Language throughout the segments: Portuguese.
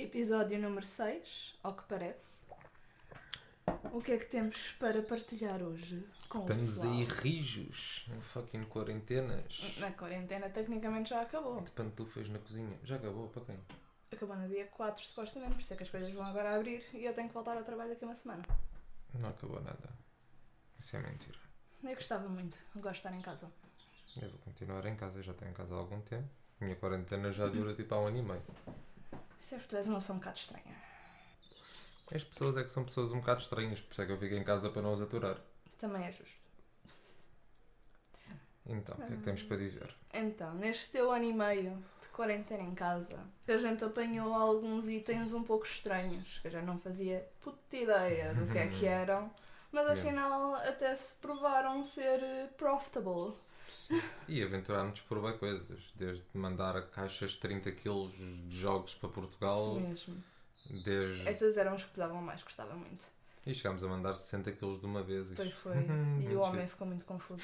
Episódio número 6, ao que parece. O que é que temos para partilhar hoje com Estamos o pessoal? aí rijos, em fucking quarentenas. Na quarentena tecnicamente já acabou. De pantufas na cozinha. Já acabou? Para quem? Acabou no dia 4 supostamente, por isso é que as coisas vão agora abrir e eu tenho que voltar ao trabalho daqui a uma semana. Não acabou nada. Isso é mentira. Eu gostava muito, eu gosto de estar em casa. Eu vou continuar em casa, já estou em casa há algum tempo. A minha quarentena já dura tipo há um ano e meio. Isso é porque tu és uma pessoa um bocado estranha. As pessoas é que são pessoas um bocado estranhas, por isso é que eu fico em casa para não os aturar. Também é justo. Então, o que é que temos para dizer? Então, neste teu ano e meio de quarentena em casa, a gente apanhou alguns itens um pouco estranhos, que eu já não fazia puta ideia do que é que eram, mas afinal até se provaram ser profitable. E aventurar-nos por bem coisas, desde mandar caixas de 30 kg de jogos para Portugal, Mesmo. desde... Essas eram as que pesavam mais, gostava muito. E chegámos a mandar 60 kg de uma vez. Depois foi. E o homem ficou muito confuso.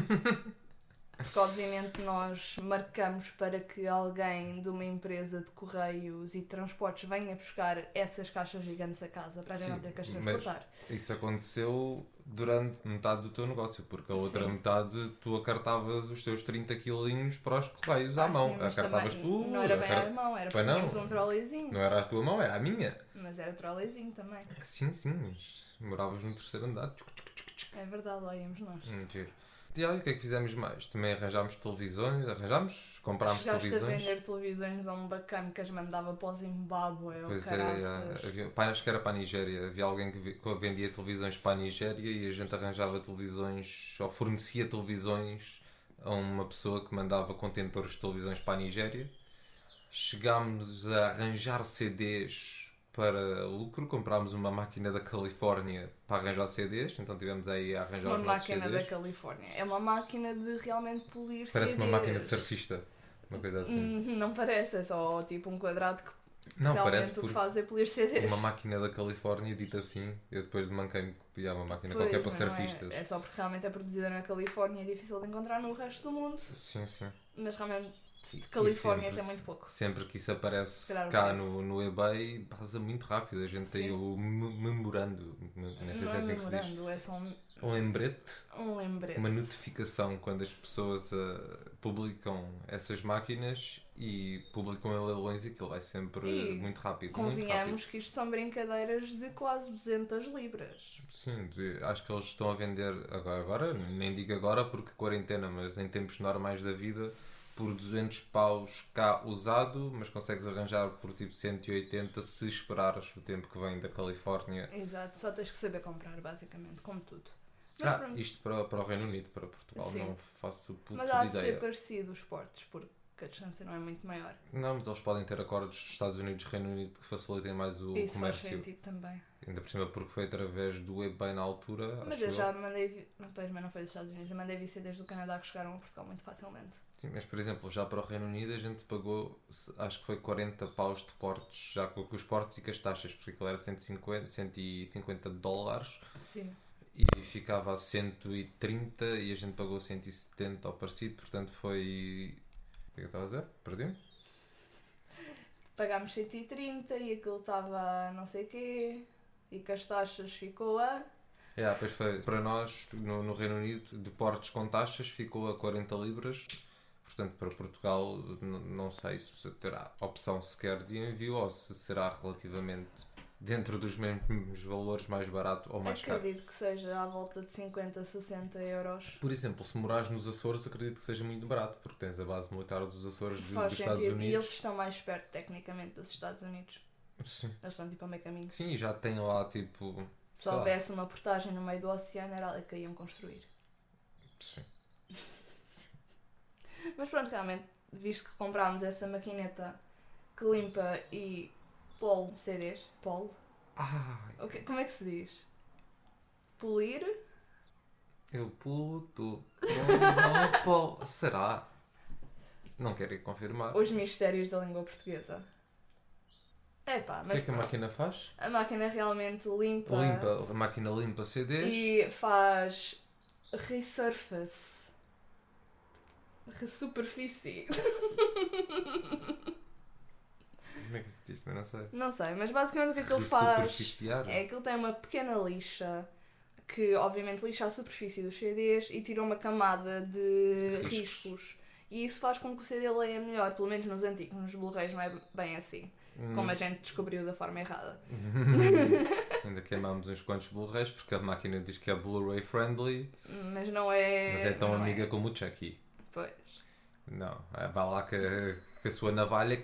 Porque obviamente nós marcamos para que alguém de uma empresa de correios e transportes venha buscar essas caixas gigantes a casa para a gente não ter que as transportar. Isso aconteceu durante metade do teu negócio, porque a outra Sim. metade tu acartavas os teus 30 quilinhos para os correios à mão. Sim, mas Acartavas também tu. não era bem à mão, era porque tínhamos um trolleyzinho. Não era a tua mão, era a minha. Mas era trolleyzinho também. Sim, mas moravas no terceiro andar. É verdade, lá íamos nós. Giro. E aí, o que é que fizemos mais? Também arranjámos televisões, comprámos Chegaste televisões. a vender televisões a um bacana que as mandava para o Zimbábue ou Pois caraças. acho que era para a Nigéria. Havia alguém que vendia televisões para a Nigéria e a gente arranjava televisões, ou fornecia televisões a uma pessoa que mandava contentores de televisões para a Nigéria. Chegámos a arranjar CDs para lucro, comprámos uma máquina da Califórnia para arranjar CDs, então tivemos aí a arranjar os nossos CDs. Uma máquina da Califórnia. É uma máquina de realmente polir Parece CDs. uma máquina de surfista, uma coisa assim. Não parece, é só tipo um quadrado que Não, realmente parece o que faz é polir CDs. uma máquina da Califórnia, dito assim. Eu depois manquei-me de copiar uma máquina Pois, qualquer para mas não surfistas. É só porque realmente é produzida na Califórnia e é difícil de encontrar no resto do mundo. Sim, sim. Mas realmente de Califórnia tem muito pouco. Sempre que isso aparece Calhar cá parece. no eBay, passa muito rápido. A gente tem o memorando. Não sei se é assim que se diz. Memorando, é só Um lembrete. um lembrete. Uma notificação quando as pessoas publicam essas máquinas e publicam em leilões e aquilo vai sempre muito rápido. Convenhamos que isto são brincadeiras de quase 200 libras. Sim, acho que eles estão a vender agora, nem digo agora porque quarentena, mas em tempos normais da vida, por 200 paus cá usado, mas consegues arranjar por tipo 180 se esperares o tempo que vem da Califórnia. Exato, só tens que saber comprar, basicamente, como tudo. Mas pronto. Isto para o Reino Unido, para Portugal, Sim. não faço puto Mas há de de ideia. ser parecido os portos, porque a distância não é muito maior. Não, mas eles podem ter acordos dos Estados Unidos e Reino Unido que facilitem mais o Isso comércio. faz sentido também. Ainda por cima porque foi através do eBay na altura. Mas eu já mandei. Mas não foi dos Estados Unidos. Eu mandei VCDs do Canadá que chegaram a Portugal muito facilmente. Sim, mas por exemplo, já para o Reino Unido a gente pagou, acho que foi 40 paus de portes, já com os portes e com as taxas, porque aquilo era 150 dólares. Sim. E ficava a 130 e a gente pagou 170 ao parecido, portanto foi... O que é que eu estava a dizer? Perdi-me? Pagámos 130 e aquilo estava a não sei quê. E com as taxas ficou a... Pois foi. Para nós, no Reino Unido, de portes com taxas, ficou a 40 libras. Portanto, para Portugal, não sei se terá opção sequer de envio ou se será relativamente dentro dos mesmos valores mais barato ou mais caro. Acredito que seja à volta de 50, 60 euros. Por exemplo, se morares nos Açores, acredito que seja muito barato, porque tens a base militar dos Açores dos Faz Estados sentido. Unidos. E eles estão mais perto, tecnicamente, dos Estados Unidos. Sim. Eles estão tipo a meio caminho. Sim, já tem lá tipo... Se houvesse uma portagem no meio do oceano, era ali que iam construir. Sim. Mas pronto, realmente, visto que comprámos essa maquineta que limpa e pole CDs, pole? Ai. Como é que se diz? Polir? Eu pulo, tu não polo. Será? Não quero ir confirmar. Os mistérios da língua portuguesa. Epá, O que mas é que a máquina faz? a máquina realmente limpa A máquina limpa CDs. e faz resurface. Resuperfície. Como é que se diz? Eu não sei. Não sei, mas basicamente o que é que ele faz Superficiar? é que ele tem uma pequena lixa que obviamente lixa a superfície dos CDs e tira uma camada de riscos. E isso faz com que o CD leia melhor, pelo menos nos antigos, nos Blu-rays não é bem assim, como a gente descobriu da forma errada. Ainda queimámos uns quantos Blu-rays porque a máquina diz que é Blu-ray friendly, Mas não é... mas é tão não amiga como o Chucky. Pois. Não, vá lá que a sua navalha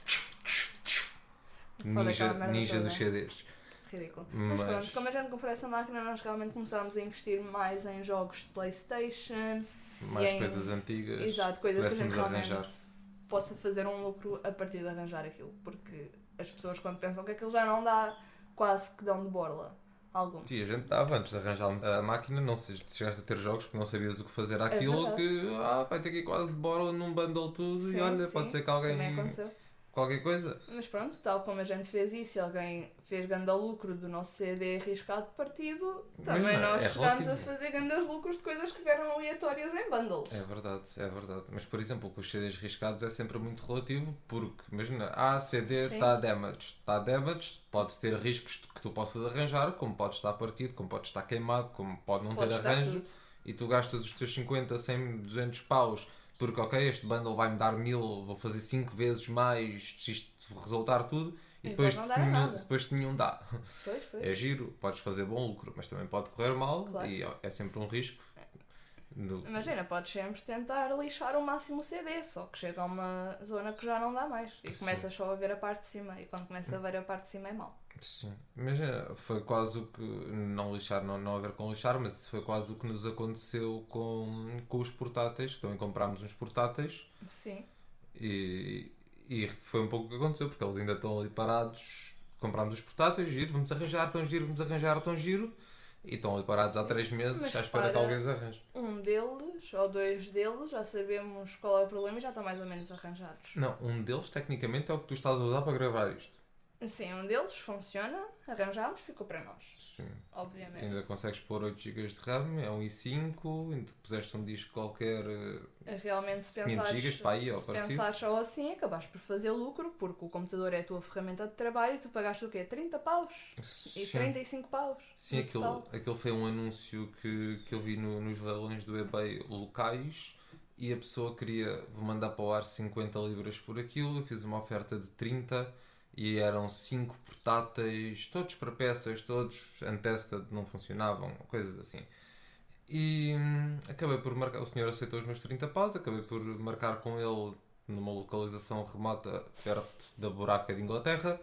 Fora aquela merda ninja toda. dos CDs. Ridículo. Mas pronto, como a gente comprou essa máquina, nós realmente começámos a investir mais em jogos de PlayStation. Mais e em... coisas antigas. Exato, coisas que a gente pudéssemos realmente arranjar. possa fazer um lucro a partir de arranjar aquilo. Porque as pessoas quando pensam que aquilo já não dá, quase que dão de borla. Algum. Sim, a gente dava antes de arranjarmos a máquina, não sei se chegaste a ter jogos que não sabias o que fazer àquilo, verdade. que vai ter que ir quase de borla num bundle tudo Sim, e olha, sim, pode ser que alguém. também aconteceu. Qualquer coisa. Mas pronto, tal como a gente fez isso e alguém fez grande lucro do nosso CD arriscado partido, também não, nós é chegámos relativo. a fazer grandes lucros de coisas que vieram aleatórias em bundles. É verdade. Mas, por exemplo, com os CDs riscados é sempre muito relativo, porque, imagina, CD Sim. está damaged, pode ter riscos que tu possas arranjar, como pode estar partido, como pode estar queimado, como pode não Pode ter estar arranjo, tudo. e tu gastas os teus 50, 100, 200 paus, porque, ok, este bundle vai-me dar 1000, vou fazer 5 vezes mais, se isto resultar tudo, e E depois pode se, não dar nada. depois se nenhum dá. Pois. É giro, podes fazer bom lucro, mas também pode correr mal, Claro. e é sempre um risco. Imagina, podes sempre tentar lixar ao máximo o CD, só que chega a uma zona que já não dá mais e Sim. começas só a ver a parte de cima e quando começa a ver a parte de cima é mau. Sim, imagina, foi quase o que, não lixar, não a ver com lixar, mas isso foi quase o que nos aconteceu com os portáteis, também comprámos uns portáteis Sim. e foi um pouco o que aconteceu, porque eles ainda estão ali parados, comprámos os portáteis, giro, vamos arranjar, tão giro, e estão ali parados há 3 meses, Mas à espera que repara, alguém os arranje. Um deles, ou dois deles, já sabemos qual é o problema e já estão mais ou menos arranjados. Não, um deles tecnicamente é o que tu estás a usar para gravar isto. Sim, um deles funciona, arranjámos, ficou para nós, Sim. obviamente. Ainda consegues pôr 8 GB de RAM, é um i5, ainda puseste um disco qualquer, Realmente, se 500 pensares, GB para aí, ou se parecido. pensares só assim, acabaste por fazer lucro, porque o computador é a tua ferramenta de trabalho e tu pagaste o quê? 30 paus? E Sim. 35 paus? Sim, no total. aquele foi um anúncio que eu vi nos leilões do eBay locais e a pessoa queria mandar para o ar 50 libras por aquilo. Eu fiz uma oferta de 30 e eram 5 portáteis, todos para peças, todos untested, não funcionavam, coisas assim. E acabei por marcar, o senhor aceitou os meus 30 paus, acabei por marcar com ele numa localização remota perto da buraca de Inglaterra.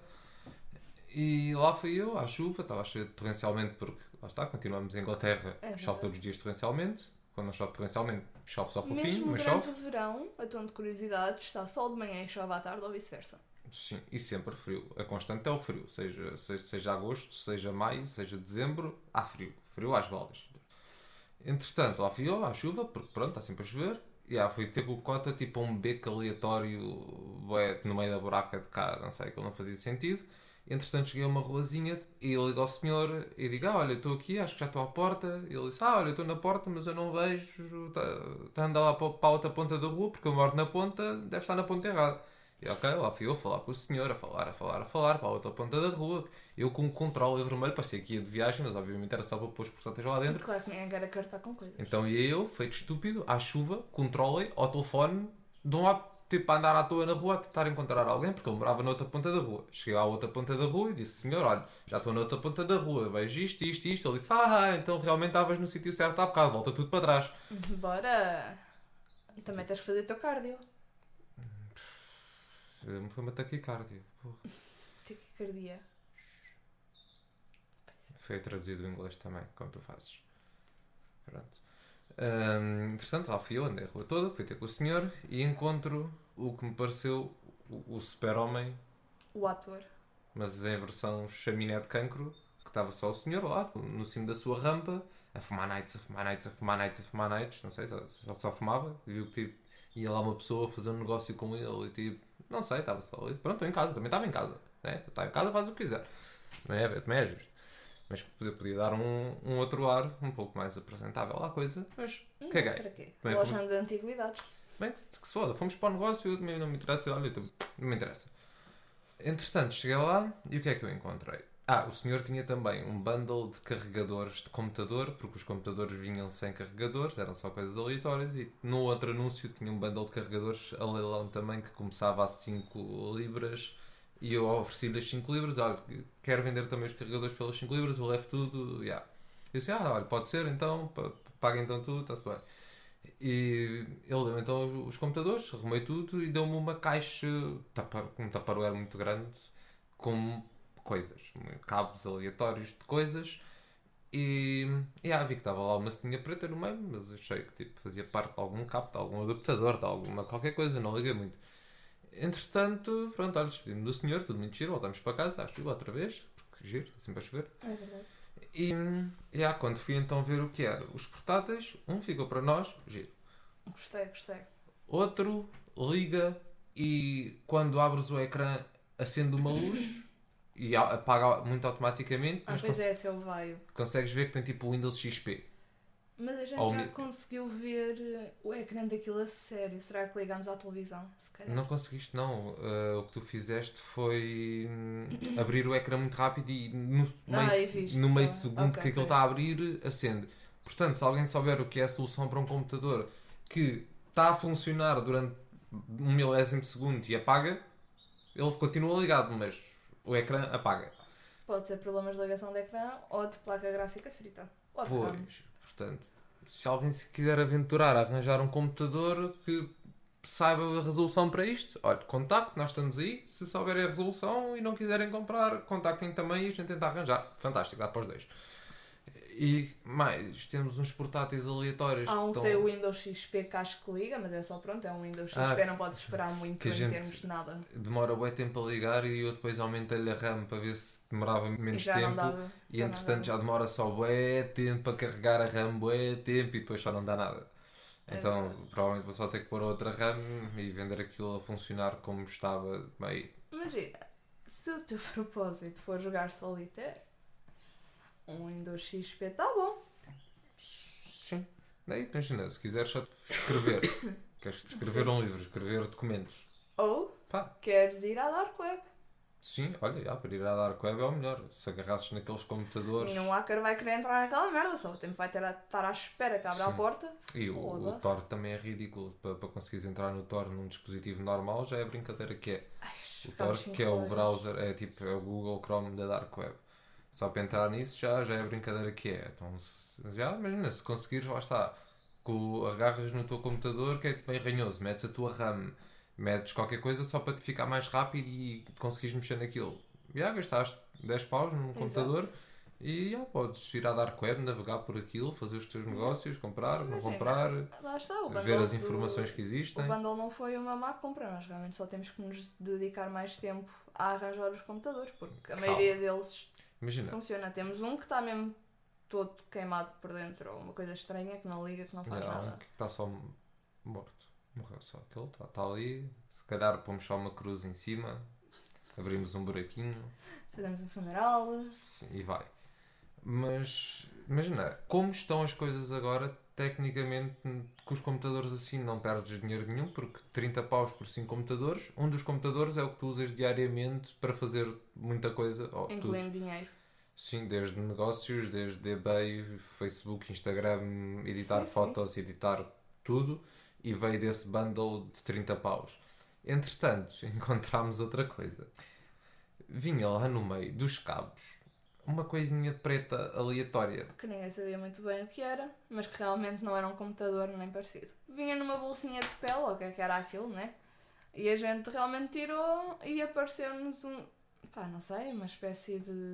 E lá fui eu, à chuva, estava a chover torrencialmente, porque lá está, continuamos em Inglaterra, É chove verdade. todos os dias torrencialmente. Quando não chove torrencialmente, chove só fofinho, Mesmo mas durante chove. o verão, a tom de curiosidade, está sol de manhã e chove à tarde ou vice-versa. Sim, e sempre frio. A constante é o frio, seja agosto, seja maio, seja dezembro, há frio. Frio às baldas. Entretanto, lá fui eu, à chuva, porque pronto, está sempre a chover. E fui ter com o cota, tipo um beco aleatório no meio da buraca de cá, não sei, aquilo não fazia sentido. Entretanto, cheguei a uma ruazinha e eu ligo ao senhor e digo: olha, estou aqui, acho que já estou à porta. E ele disse: olha, estou na porta, mas eu não vejo, está a andar lá para a outra ponta da rua, porque eu moro na ponta, deve estar na ponta errada. E ok, lá fui eu a falar com o senhor, a falar para a outra ponta da rua. Eu com um controle vermelho, parecia que ia de viagem, mas obviamente era só para pôr os portáteis lá dentro. Claro que ninguém quer acartar com coisas. Então ia eu, feito estúpido, à chuva, controlei ao telefone, de um lado, tipo, a andar à toa na rua, a tentar encontrar alguém, porque ele morava na outra ponta da rua. Cheguei à outra ponta da rua e disse: senhor, olha, já estou na outra ponta da rua, vejo isto. Ele disse: então realmente estavas no sítio certo há bocado, volta tudo para trás. Bora! Também tens que fazer o teu cardio. Foi uma taquicardia. Taquicardia. Foi traduzido em inglês também, como tu fazes. Pronto. Interessante, lá fui eu, andei a rua toda, fui ter com o senhor e encontro o que me pareceu o super-homem, O ator. mas em versão chaminé de cancro, que estava só o senhor lá, no cimo da sua rampa, a fumar nights, não sei, só fumava, e viu que tipo, ia lá uma pessoa fazer um negócio com ele e tipo, não sei, estava só ali, pronto, estou em casa, também estava em casa, né? Está em casa, faz o que quiser, também é justo. Mas podia dar um outro ar um pouco mais apresentável à coisa, mas caguei. Para quê? Bem, Loja de antiguidades. Bem, que se foda, fomos para o negócio, não me interessa, olha, não me interessa. Entretanto, cheguei lá e o que é que eu encontrei? O senhor tinha também um bundle de carregadores de computador, porque os computadores vinham sem carregadores, eram só coisas aleatórias, e no outro anúncio tinha um bundle de carregadores a leilão também, que começava a 5 libras, e eu ofereci-lhe as 5 libras, olha, quero vender também os carregadores pelas 5 libras, eu levo tudo, yeah. Eu disse, olha, pode ser, então, paga então tudo, está-se bem. E ele deu então os computadores, arrumei tudo e deu-me uma caixa, um tupperware muito grande, com coisas, cabos aleatórios de coisas. E vi que estava lá uma ceninha preta no meio, mas achei que tipo, fazia parte de algum cabo, de algum adaptador, de alguma qualquer coisa, não liguei muito. Entretanto, pronto, olha, despedi-me do senhor, tudo muito giro, voltamos para casa, acho que outra vez, porque giro, está sempre a chover. É verdade. E quando fui então ver o que era, os portáteis, um ficou para nós, giro. Gostei. Outro liga e quando abres o ecrã acende uma luz e apaga muito automaticamente. Mas pois é, seu veio. Consegues ver que tem tipo o Windows XP. Mas a gente já conseguiu ver o ecrã daquilo a sério. Será que ligamos à televisão? Se calhar. Não conseguiste, não. O que tu fizeste foi abrir o ecrã muito rápido e no meio segundo que aquilo está a abrir, acende. Portanto, se alguém souber o que é a solução para um computador que está a funcionar durante 1 milésimo de segundo e apaga, ele continua ligado, mas o ecrã apaga. Pode ser problemas de ligação de ecrã ou de placa gráfica frita. Pois, portanto, se alguém se quiser aventurar a arranjar um computador que saiba a resolução para isto, olha, contacte, nós estamos aí. Se souberem a resolução e não quiserem comprar, contactem também e a gente tenta arranjar. Fantástico, dá para os dois. E mais, temos uns portáteis aleatórios. Há um que tem o Windows XP que acho que liga, mas é só pronto, é um Windows XP, não podes esperar muito em termos de nada. Demora bué tempo a ligar e eu depois aumentei-lhe a RAM para ver se demorava menos tempo. E entretanto já demora só bué tempo a carregar a RAM, bué tempo e depois só não dá nada. Então provavelmente vou só ter que pôr outra RAM e vender aquilo a funcionar como estava meio. Imagina, se o teu propósito for jogar Solitaire, um Windows XP está bom. Sim. Daí, imagina, se quiseres só escrever, queres escrever um livro, escrever documentos. Ou queres ir à Dark Web. Sim, olha, para ir à Dark Web é o melhor. Se agarrasses naqueles computadores. E um hacker vai querer entrar naquela merda, só o tempo vai ter a estar à espera que abra a porta. E o Tor também é ridículo. Para conseguires entrar no Tor num dispositivo normal já é brincadeira que é. O Tor, que é o browser, é tipo é o Google Chrome da Dark Web. Só para entrar nisso já é brincadeira que é. Então, imagina, se conseguires, lá está. Agarras no teu computador, que é tipo bem ranhoso, metes a tua RAM, metes qualquer coisa só para te ficar mais rápido e conseguires mexer naquilo. Gastaste 10 paus num computador e podes ir à Dark Web, navegar por aquilo, fazer os teus negócios, comprar, não comprar, lá está, ver as informações que existem. O bundle não foi uma má compra, nós realmente só temos que nos dedicar mais tempo a arranjar os computadores, porque a maioria deles funciona. Temos um que está mesmo todo queimado por dentro, ou uma coisa estranha que não liga, que não faz nada. Que está só morto. Morreu só aquele, está ali. Se calhar pomos só uma cruz em cima, abrimos um buraquinho, fazemos um funeral e vai. Mas imagina, como estão as coisas agora, tecnicamente com os computadores assim não perdes dinheiro nenhum, porque 30 paus por 5 computadores, um dos computadores é o que tu usas diariamente para fazer muita coisa. Incluindo dinheiro. Sim, desde negócios, desde eBay, Facebook, Instagram, editar fotos, editar tudo, e veio desse bundle de 30 paus. Entretanto, encontramos outra coisa. Vinha lá no meio dos cabos uma coisinha preta aleatória. Que ninguém sabia muito bem o que era, mas que realmente não era um computador nem parecido. Vinha numa bolsinha de pele, ou o que é que era aquilo, né? E a gente realmente tirou e apareceu-nos não sei, uma espécie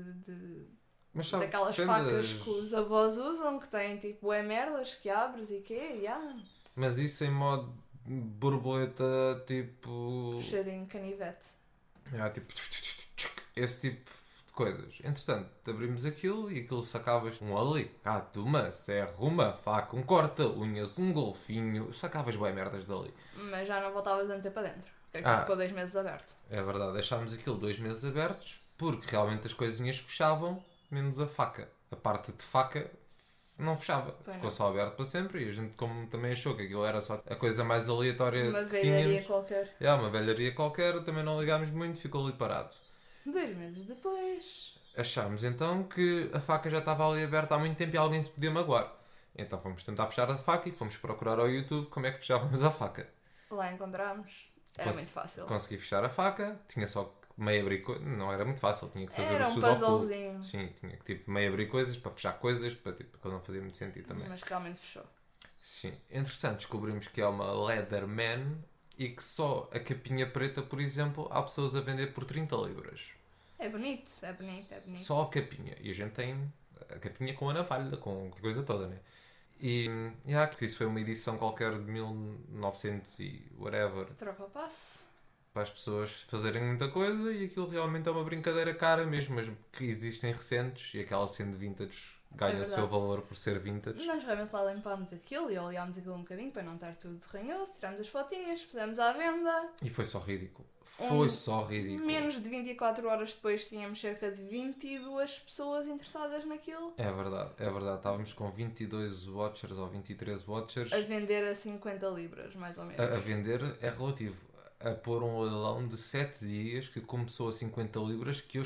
daquelas facas que os avós usam, que têm tipo merdas que abres e quê, Mas isso em modo borboleta, tipo... Fechadinho, canivete. Tipo... Esse tipo de coisas. Entretanto, abrimos aquilo e aquilo sacavas um alicate, uma serra, uma faca, um corta-unhas, um golfinho. Sacavas bem merdas dali. Mas já não voltavas a meter para dentro. Porque aquilo ficou 2 meses aberto. É verdade, deixámos aquilo 2 meses abertos porque realmente as coisinhas fechavam, menos a faca. A parte de faca não fechava. Pois Ficou não. só aberto para sempre e a gente, como também achou que aquilo era só a coisa mais aleatória Uma que velharia tínhamos, qualquer. uma velharia qualquer, também não ligámos muito, ficou ali parado. 2 meses depois. Achámos então que a faca já estava ali aberta há muito tempo e alguém se podia magoar. Então fomos tentar fechar a faca e fomos procurar ao YouTube como é que fechávamos a faca. Lá encontramos. Era muito fácil. Consegui fechar a faca, tinha só que meio abrir coisas, não era muito fácil, tinha que fazer Era o um sudoku. puzzlezinho. Sim, tinha que tipo meio abrir coisas para fechar coisas, para tipo, que não fazia muito sentido também. Mas realmente fechou. Sim, entretanto descobrimos que é uma Leatherman e que só a capinha preta, por exemplo, há pessoas a vender por 30 libras. É bonito, é bonito, é bonito. Só a capinha. E a gente tem a capinha com a navalha, com a coisa toda, né? E que isso foi uma edição qualquer de 1900 e whatever, Troca o passo. para as pessoas fazerem muita coisa, e aquilo realmente é uma brincadeira cara mesmo, mas que existem recentes e aquela sendo vintage ganha o seu valor por ser vintage. Nós realmente lá limpámos aquilo e olhámos aquilo um bocadinho para não estar tudo ranhoso, tirámos as fotinhas, pusemos à venda. E foi só ridículo. Foi só ridículo. Menos de 24 horas depois tínhamos cerca de 22 pessoas interessadas naquilo. É verdade, é verdade. Estávamos com 22 watchers ou 23 watchers. A vender a 50 libras, mais ou menos. A vender é relativo. A pôr um leilão de 7 dias que começou a 50 libras, que eu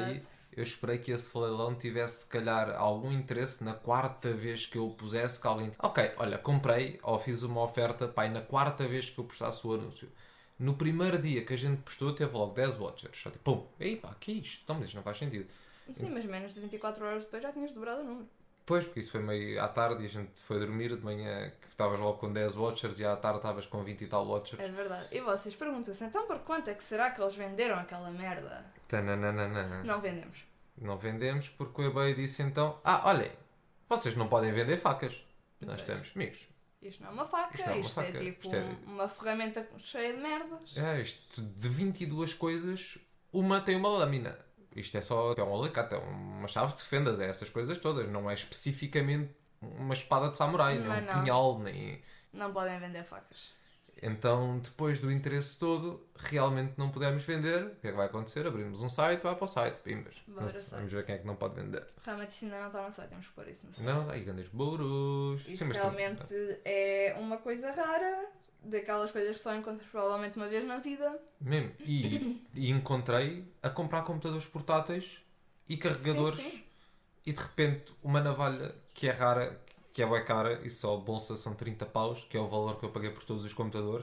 esperei que esse leilão tivesse, se calhar, algum interesse na quarta vez que eu o pusesse, que alguém... Ok, olha, comprei ou fiz uma oferta, pai, na quarta vez que eu postasse o anúncio. No primeiro dia que a gente postou, teve logo 10 watchers. Só tipo, pum, ei pá, que é isto? Então, mas isto não faz sentido. Sim, mas menos de 24 horas depois já tinhas dobrado o número. Pois, porque isso foi meio à tarde e a gente foi dormir, de manhã que estavas logo com 10 watchers e à tarde estavas com 20 e tal watchers. É verdade. E vocês perguntam-se, então por quanto é que será que eles venderam aquela merda? Tananana. Não vendemos. Não vendemos porque o eBay disse então, olhem, vocês não podem vender facas. Nós temos, amigos. Isto não é uma faca, isto é tipo uma ferramenta cheia de merdas. Isto de 22 coisas, uma tem uma lâmina. Isto é só um alicate, é uma chave de fendas, é essas coisas todas. Não é especificamente uma espada de samurai, nem um punhal, nem... Não podem vender facas. Então, depois do interesse todo, realmente não pudemos vender. O que é que vai acontecer? Abrimos um site, vai para o site, pimbas. Vamos ver quem é que não pode vender. Realmente isso ainda não está no site, temos que pôr isso no site. Ainda não está, aí grandes burros. Isso realmente é uma coisa rara, daquelas coisas que só encontras provavelmente uma vez na vida. Mesmo. E encontrei a comprar computadores portáteis e carregadores. Sim. E de repente uma navalha que é rara, que é bué cara, e só a bolsa são 30 paus, que é o valor que eu paguei por todos os computadores.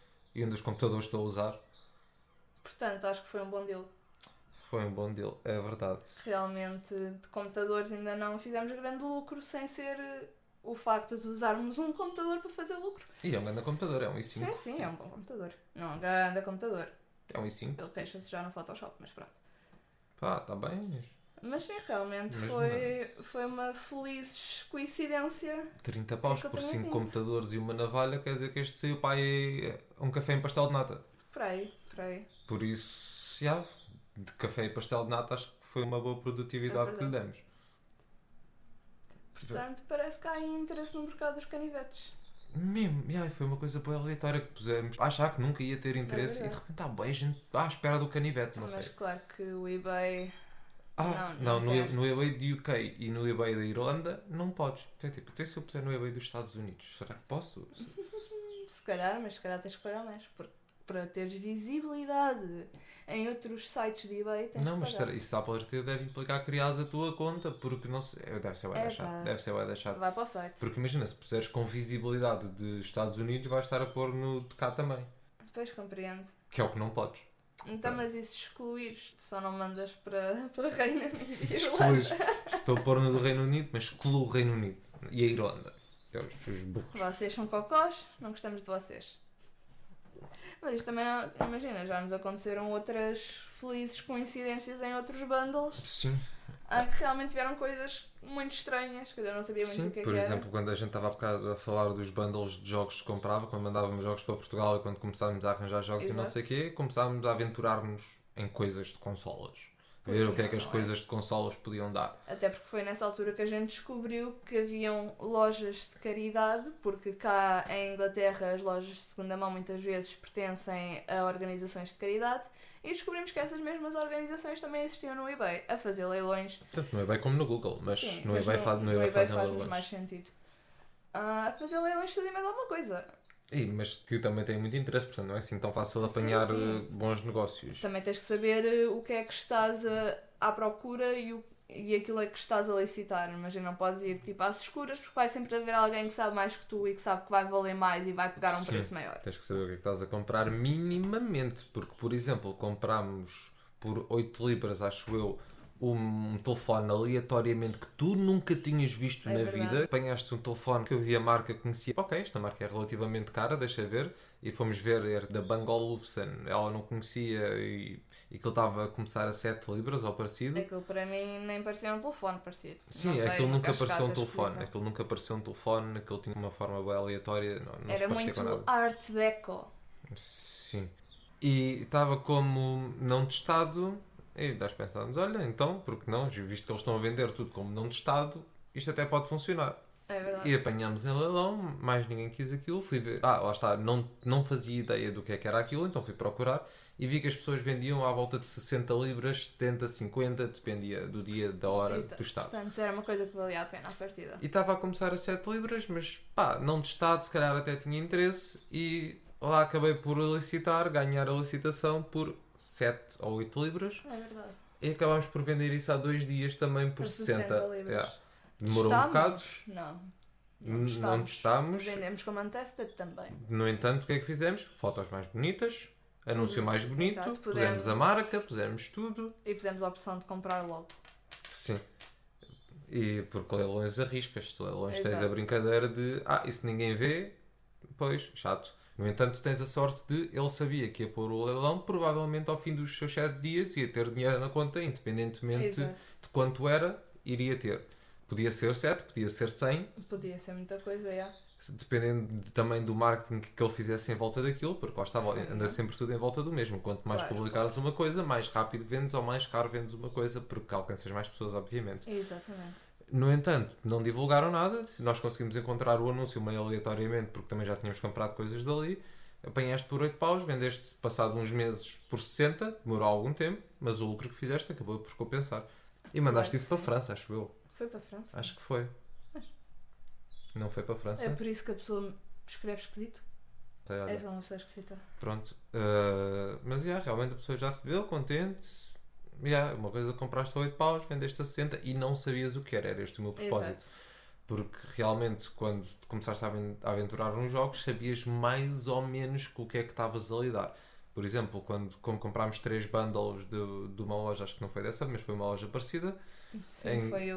E um dos computadores estou a usar. Portanto, acho que foi um bom deal. Foi um bom deal, é verdade. Realmente, de computadores ainda não fizemos grande lucro, sem ser o facto de usarmos um computador para fazer lucro. E é um grande computador, é um i5. Sim, é um bom computador. Não é um grande computador. É um i5. Ele queixa-se já no Photoshop, mas pronto. Pá, está bem. Mas sim, realmente foi uma feliz coincidência. 30 paus por 5 computadores e uma navalha, quer dizer que este saiu para aí um café em pastel de nata. Por aí. Por isso, de café e pastel de nata, acho que foi uma boa produtividade que lhe demos. Portanto, parece que há interesse no mercado dos canivetes. Mesmo, foi uma coisa boa aleatória que pusemos a achar que nunca ia ter interesse e de repente há bem gente à espera do canivete, não sei. Mas claro que o eBay... no eBay do UK e no eBay da Irlanda não podes. Então, tipo, até se eu puser no eBay dos Estados Unidos, será que posso? Se calhar, mas se calhar tens que pagar mais. Porque para teres visibilidade em outros sites de eBay tens que pagar. Mas isso à partida deve implicar criares a tua conta, porque não sei, deve ser bué deixado. Vai para o site. Porque imagina, se puseres com visibilidade de Estados Unidos, vais estar a pôr no de cá também. Pois, compreendo. Que é o que não podes. Então, mas isso excluires, só não mandas para Reino Unido. Estou a pôr no do Reino Unido, mas excluo o Reino Unido e a Irlanda. Os burros. Vocês são cocós, não gostamos de vocês. Mas isto também não... Imagina, já nos aconteceram outras felizes coincidências em outros bundles. Sim. Que realmente tiveram coisas muito estranhas, que eu já não sabia muito o que por era. exemplo, quando a gente estava há bocado a falar dos bundles de jogos que comprava, quando mandávamos jogos para Portugal e quando começávamos a arranjar jogos e não sei o quê, começávamos a aventurar-nos em coisas de consolas. Ver o que é que as coisas de consolas podiam dar. Até porque foi nessa altura que a gente descobriu que haviam lojas de caridade, porque cá em Inglaterra as lojas de segunda mão muitas vezes pertencem a organizações de caridade, e descobrimos que essas mesmas organizações também existiam no eBay, a fazer leilões. Tanto no eBay como no Google, mas Sim, no mas eBay, no eBay fazem faz leilões. mais sentido. A fazer leilões de tudo e mais alguma coisa. Mas que também tem muito interesse, portanto não é assim tão fácil apanhar sim. bons negócios. Também tens que saber o que é que estás à procura e aquilo é que estás a licitar. Imagina, não podes ir tipo às escuras, porque vai sempre haver alguém que sabe mais que tu e que sabe que vai valer mais e vai pegar um preço maior. Tens que saber o que é que estás a comprar minimamente, porque, por exemplo, comprámos por 8 libras, acho eu, um telefone aleatoriamente que tu nunca tinhas visto na verdade. vida. Apanhaste um telefone que eu vi a marca, conhecia. Ok, esta marca é relativamente cara, deixa ver. E fomos ver, era da Bang Olufsen. Ela não conhecia e aquilo estava a começar a 7 libras ou parecido. Aquilo para mim nem parecia um telefone, parecia. Sim, aquilo nunca pareceu um telefone. Aquilo nunca pareceu um telefone, aquilo tinha uma forma bem aleatória. Não era se parecia com nada. muito art deco. Sim. E estava como não testado. E nós pensámos, olha, então, porque não? Visto que eles estão a vender tudo como não testado, isto até pode funcionar. É verdade. E apanhámos em leilão, mais ninguém quis aquilo, fui ver, lá está, não fazia ideia do que era aquilo, então fui procurar e vi que as pessoas vendiam à volta de 60 libras, 70, 50, dependia do dia, da hora, do estado. Portanto, era uma coisa que valia a pena à partida. E estava a começar a 7 libras, mas não testado, se calhar até tinha interesse e lá acabei por licitar, ganhar a licitação por 7 ou 8 libras. É verdade. E acabámos por vender isso há 2 dias também por 60 libras. Yeah. Demorou um bocado. Não testámos. Vendemos como untested também. No entanto, o que é que fizemos? Fotos mais bonitas, anúncio mais bonito, Exato, pusemos a marca, pusemos tudo. E pusemos a opção de comprar logo. Sim. E porque leilões arriscas. Se leilões tens a Exato. brincadeira de isso ninguém vê, pois, chato. No entanto, tens a sorte de ele sabia que ia pôr o leilão, provavelmente ao fim dos seus 7 dias ia ter dinheiro na conta, independentemente Exato. de quanto era, iria ter. Podia ser 7, podia ser 100. Podia ser muita coisa, já. Dependendo também do marketing que ele fizesse em volta daquilo, porque lá estava, anda sempre tudo em volta do mesmo. Quanto mais publicares uma coisa, mais rápido vendes ou mais caro vendes uma coisa, porque alcanças mais pessoas, obviamente. Exatamente. No entanto, não divulgaram nada. Nós conseguimos encontrar o anúncio meio aleatoriamente, porque também já tínhamos comprado coisas dali. Apanhaste por 8 paus, vendeste passado uns meses por 60, demorou algum tempo, mas o lucro que fizeste acabou por compensar. E mandaste isso para a França, acho eu. Foi para a França? Acho que foi. Não foi para a França? É por isso que a pessoa escreve esquisito? Olha. É só uma pessoa esquisita. Pronto. Mas realmente a pessoa já recebeu, contente. Uma coisa compraste a 8 paus, vendeste a 60 e não sabias o que era. Era este o meu propósito. Exato. Porque realmente quando começaste a aventurar nos jogos sabias mais ou menos com o que é que estavas a lidar. Por exemplo, como comprámos 3 bundles de uma loja, acho que não foi dessa, mas foi uma loja parecida. Sim, foi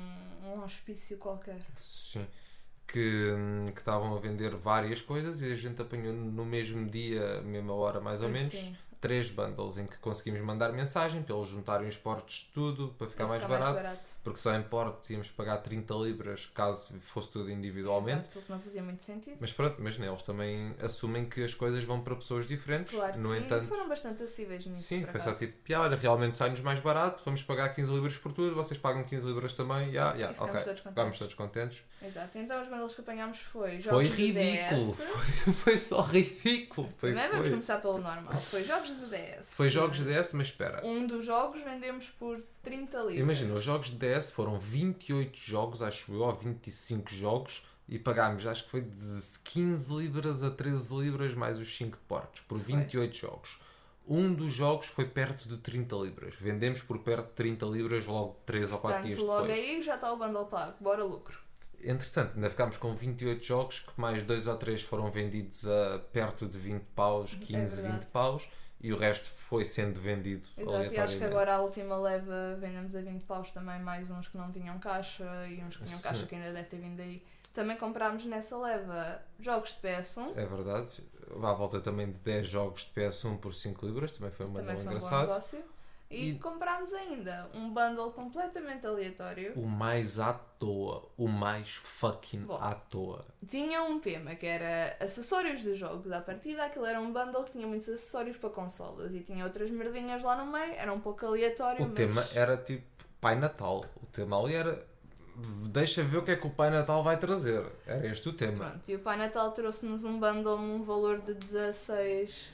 um hospício qualquer. Sim. Que estavam a vender várias coisas e a gente apanhou no mesmo dia, mesma hora mais ou menos, Sim. 3 bundles em que conseguimos mandar mensagem para eles juntarem os portos de tudo para ficar mais barato, porque só em portos íamos pagar 30 libras caso fosse tudo individualmente. Exato, o que não fazia muito sentido. Mas pronto, mas eles também assumem que as coisas vão para pessoas diferentes. Claro que no sim, entanto, foram bastante acessíveis nisso. sim, foi acaso. só tipo, olha, realmente sai-nos mais barato, vamos pagar 15 libras por tudo, vocês pagam 15 libras também, ok, ficamos todos contentes. Exato, então os bundles que apanhámos foi jogos foi de ridículo, DS. foi só ridículo. Primeiro vamos começar pelo normal, foi jogos de DS. Foi jogos de DS, mas espera. Um dos jogos vendemos por 30 libras. Imagina, os jogos de DS foram 28 jogos, acho eu, ou 25 jogos, e pagámos, acho que foi de 15 libras a 13 libras mais os 5 de portos, por 28 jogos. Um dos jogos foi perto de 30 libras. Vendemos por perto de 30 libras logo 3 ou 4 dias depois. Logo aí já está o bundle pago, bora lucro. Entretanto, ainda ficámos com 28 jogos, que mais 2 ou 3 foram vendidos a perto de 20 paus, 15, 20 paus, e o resto foi sendo vendido aleatoriamente. E acho que agora a última leva vendemos a 20 paus também, mais uns que não tinham caixa e uns que tinham caixa que ainda deve ter vindo aí. Também comprámos nessa leva jogos de PS1. É verdade. À volta também de 10 jogos de PS1 por 5 libras, também foi um bundle engraçado. Bom negócio. E comprámos ainda um bundle completamente aleatório. O mais à toa. O mais fucking à toa. Tinha um tema que era acessórios de jogos. À partida, aquilo era um bundle que tinha muitos acessórios para consolas e tinha outras merdinhas lá no meio. Era um pouco aleatório. O tema era tipo Pai Natal. O tema ali era... Deixa ver o que é que o Pai Natal vai trazer. Era este o tema. Pronto, e o Pai Natal trouxe-nos um bundle num valor de 16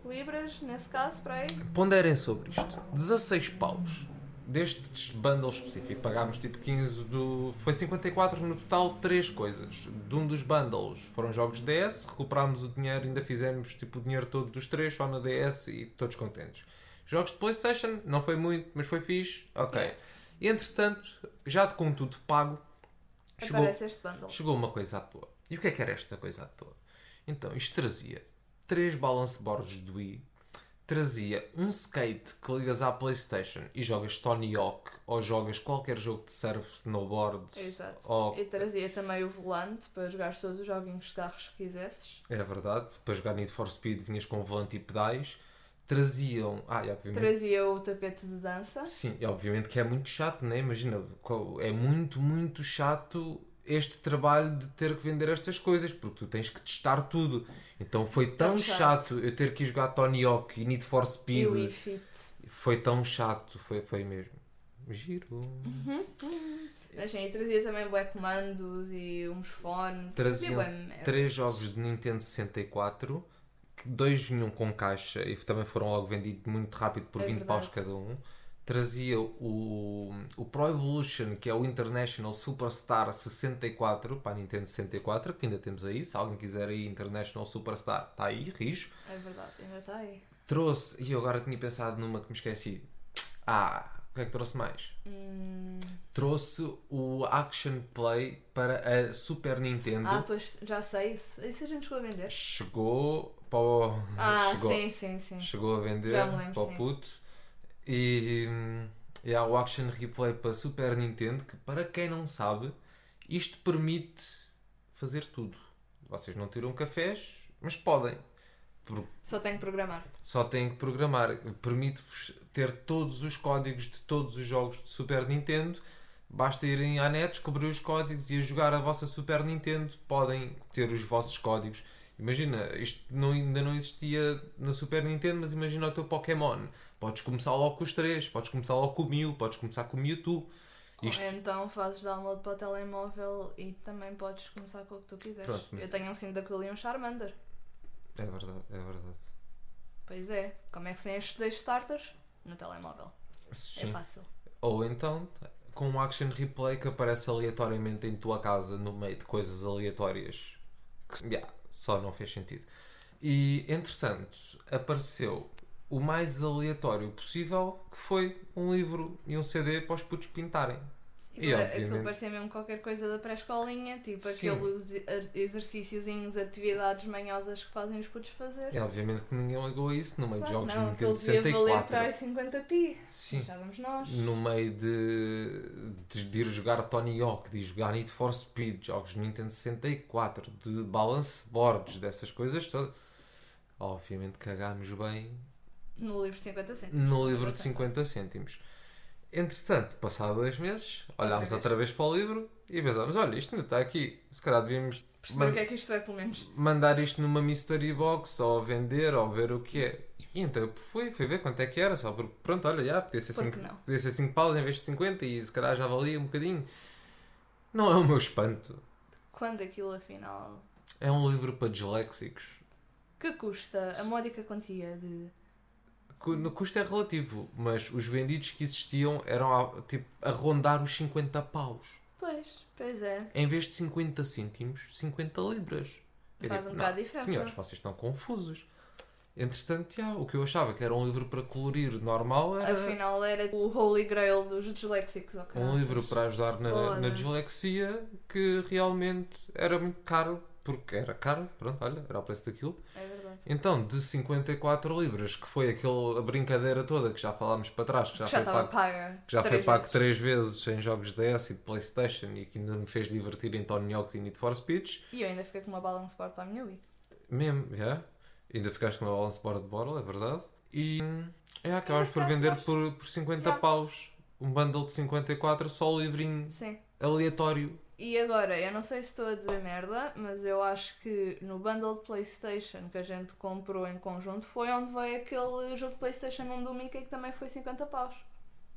libras, nesse caso, para aí. Ponderem sobre isto. 16 paus. Deste bundle específico. Pagámos tipo 15 do... Foi 54 no total, 3 coisas. De um dos bundles foram jogos de DS. Recuperámos o dinheiro, ainda fizemos tipo o dinheiro todo dos 3, só na DS e todos contentes. Jogos de PlayStation, não foi muito, mas foi fixe. Ok. Yeah. E, entretanto, já com tudo pago, Aparece este bundle. chegou uma coisa à toa. E o que era esta coisa à toa? Então, isto trazia 3 balance boards do Wii, trazia um skate que ligas à PlayStation e jogas Tony Hawk ou jogas qualquer jogo de surf, snowboard. Exato. Ou... E trazia também o volante para jogar todos os joguinhos de carros que quisesses. É verdade. Para jogar Need for Speed vinhas com volante e pedais. Traziam... e obviamente... Trazia o tapete de dança. Sim, e obviamente que é muito chato, né? Imagina, é muito, muito chato este trabalho de ter que vender estas coisas, porque tu tens que testar tudo. Então foi tão chato eu ter que ir jogar Tony Hawk e Need for Speed. E o Wii Fit. Foi tão chato, foi mesmo. Giro. Mas sim, e trazia também bué comandos e uns fones. Traziam bué merda. 3 jogos de Nintendo 64, que 2 vinham com caixa e também foram logo vendidos muito rápido por 20 paus cada um. Trazia o Pro Evolution, que é o International Superstar 64 para a Nintendo 64, que ainda temos aí. Se alguém quiser aí International Superstar, está aí, rijo. É verdade, ainda está aí. Trouxe, e eu agora tinha pensado numa que me esqueci. O que é que trouxe mais? Trouxe o Action Play para a Super Nintendo. Pois já sei, isso a gente chegou a vender. Chegou para o... Sim. Chegou a vender lembro, para o puto. E há o Action Replay para Super Nintendo, que para quem não sabe, isto permite fazer tudo. Vocês não tiram cafés, mas podem. Só tem que programar. Só têm que programar. Permite-vos ter todos os códigos de todos os jogos de Super Nintendo. Basta irem à net, descobrir os códigos e a jogar a vossa Super Nintendo podem ter os vossos códigos. Imagina, isto ainda não existia na Super Nintendo, mas imagina o teu Pokémon. Podes começar logo com os 3, podes começar logo com o Mew, podes começar com o Mewtwo. Isto... Ou então fazes download para o telemóvel e também podes começar com o que tu quiseres. Pronto, mas... Eu tenho um Cyndaquil e um Charmander. É verdade. Pois é, como é que tem estes 2 starters? No telemóvel. Sim. É fácil. Ou então, com um Action Replay que aparece aleatoriamente em tua casa, no meio de coisas aleatórias. Que só não fez sentido. E, entretanto, apareceu o mais aleatório possível, que foi um livro e um CD para os putos pintarem. Aquilo parecia mesmo qualquer coisa da pré-escolinha, tipo aqueles exercíciozinhos, atividades manhosas que fazem os putos fazer. Obviamente que ninguém ligou a isso no meio de jogos não, de Nintendo 64. Aquilo devia valer para aí 50p. Sim. Achávamos nós. No meio de ir jogar Tony Hawk, de ir jogar Need for Speed, jogos de Nintendo 64, de balance boards, dessas coisas todas. Obviamente cagámos bem no livro de 50 cêntimos. No livro de 50 cêntimos. Entretanto, passado 2 meses, olhámos outra vez para o livro e pensámos, olha, isto ainda está aqui. Se calhar devíamos perceber o que é que isto é, pelo menos. Mandar isto numa mystery box, ou vender, ou ver o que é. E então eu fui ver quanto é que era, só porque, pronto, olha, podia ser 5 paus em vez de 50 e se calhar já valia um bocadinho. Não é o meu espanto. Quando aquilo, afinal... É um livro para disléxicos. Que custa a módica quantia de... No custo é relativo, mas os vendidos que existiam eram tipo, a rondar os 50 paus. Pois é. Em vez de 50 cêntimos, 50 libras. Faz um bocado de diferença. Senhores, vocês estão confusos. Entretanto, o que eu achava que era um livro para colorir normal era... Afinal era o Holy Grail dos disléxicos. Um livro para ajudar na dislexia que realmente era muito caro. Porque era caro, pronto, olha, era o preço daquilo. É verdade. Então, de 54 libras, que foi a brincadeira toda que já falámos para trás, que já foi paga. Que já foi pago 3 vezes em jogos de DS e de PlayStation e que ainda me fez divertir em Tony Hawk e Need for Speed. E eu ainda fiquei com uma balance board para a minha Wii. Mesmo, ainda ficaste com uma balance board de bottle, é verdade. E acabámos por vender por 50 paus. Um bundle de 54, só o livrinho aleatório. E agora, eu não sei se estou a dizer merda, mas eu acho que no bundle de PlayStation que a gente comprou em conjunto foi onde veio aquele jogo de PlayStation 1 do Mickey que também foi 50 paus.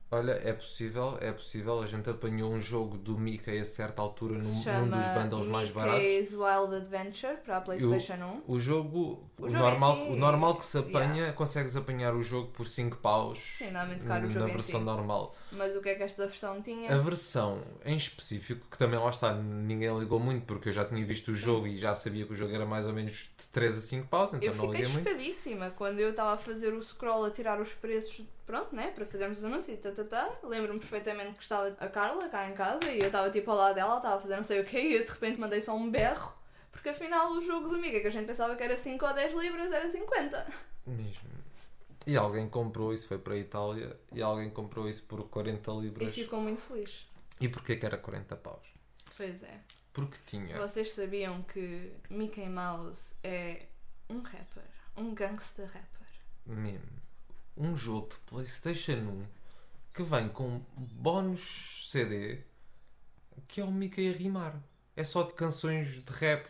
Olha, é possível. A gente apanhou um jogo do Mickey a certa altura Se num chama dos bundles mais baratos. Mickey's Wild Adventure para a PlayStation 1. O jogo, O jogo em si, o normal que se apanha, yeah. consegues apanhar o jogo por 5 paus. Sim, não é muito caro o jogo na em versão si. normal. Mas o que é que esta versão tinha? A versão em específico, que também lá está, ninguém ligou muito porque eu já tinha visto o jogo e já sabia que o jogo era mais ou menos de 3 a 5 paus, então Eu não fiquei liguei muito. chocadíssima quando eu estava a fazer o scroll a tirar os preços, pronto, né? Para fazermos os anúncios e Lembro-me perfeitamente que estava a Carla cá em casa e eu estava tipo ao lado dela, estava a fazer não sei o quê e eu de repente mandei só um berro porque afinal o jogo do Mickey que a gente pensava que era 5 ou 10 libras era 50. Mesmo. E alguém comprou isso, foi para a Itália, e alguém comprou isso por 40 libras. E ficou muito feliz. E porquê que era 40 paus? Pois é. Porque tinha. Vocês sabiam que Mickey Mouse é um rapper, um gangster rapper? Mesmo. Um jogo de PlayStation 1 que vem com bónus CD que é o Mickey a rimar. É só de canções de rap.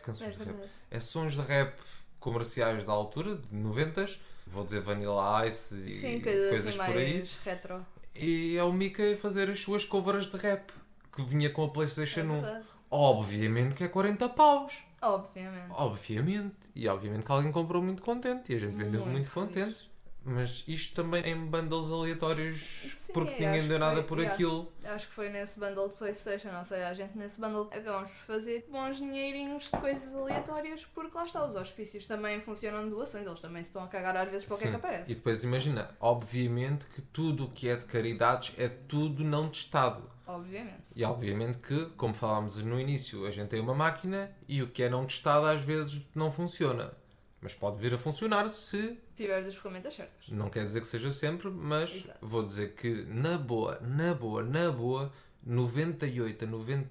É sons de rap comerciais da altura, de 90s. Vou dizer Vanilla Ice e Sim, coisas assim por aí. mais retro. E é o Mickey a fazer as suas covers de rap que vinha com a PlayStation 1. verdade. Obviamente que é 40 paus. Obviamente. Obviamente. E obviamente que alguém comprou muito contente e a gente vendeu muito feliz. contente. Mas isto também em bundles aleatórios Sim, porque acho ninguém que deu nada foi, por yeah. aquilo. Acho que foi nesse bundle de PlayStation, ou seja, a gente nesse bundle acabamos por fazer bons dinheirinhos de coisas aleatórias porque lá está, os auspícios também funcionam de doações, eles também se estão a cagar às vezes para o que é que aparece. E depois imagina, obviamente que tudo o que é de caridades é tudo não testado. Obviamente. E obviamente que, como falámos no início, a gente tem uma máquina e o que é não testado às vezes não funciona. Mas pode vir a funcionar se... Tiveres as ferramentas certas. Não quer dizer que seja sempre, mas Exato. vou dizer que na boa, 98 a